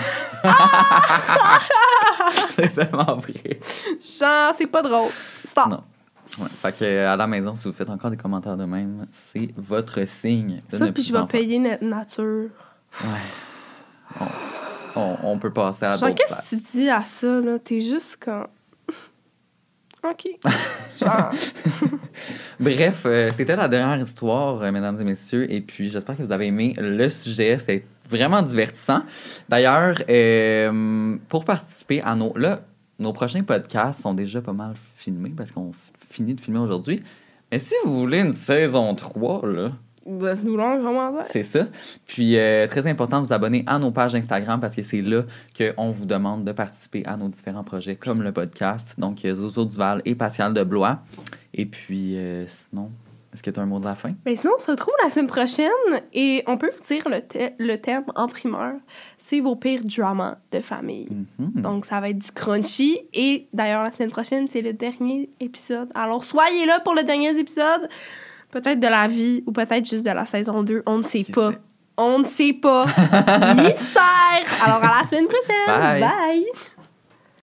C'est tellement vrai. Genre, c'est pas drôle. Stop. Non. Ouais, fait que à la maison, si vous faites encore des commentaires de même, c'est votre signe. Ça, puis je vais payer nature. Ouais. On peut passer à genre, d'autres qu'est-ce places. que tu dis à ça, là? T'es juste comme... OK. Genre... Bref, c'était la dernière histoire, mesdames et messieurs. Et puis, j'espère que vous avez aimé le sujet. C'était vraiment divertissant. D'ailleurs, pour participer à nos prochains podcasts sont déjà pas mal filmés parce qu'on finit de filmer aujourd'hui. Mais si vous voulez une saison 3, là... Nous l'avons commencé. C'est ça. Puis, très important, vous abonner à nos pages Instagram parce que c'est là qu'on vous demande de participer à nos différents projets comme le podcast. Donc, Zozo Duval et Pascal de Blois. Et puis, sinon, est-ce que tu as un mot de la fin? Ben sinon, on se retrouve la semaine prochaine et on peut vous dire le thème en primeur. C'est vos pires dramas de famille. Mm-hmm. Donc, ça va être du crunchy. Et d'ailleurs, la semaine prochaine, c'est le dernier épisode. Alors, soyez là pour le dernier épisode. Peut-être de la vie ou peut-être juste de la saison 2. On ne sait pas. On ne sait pas. Mystère! Alors, à la semaine prochaine. Bye. Bye.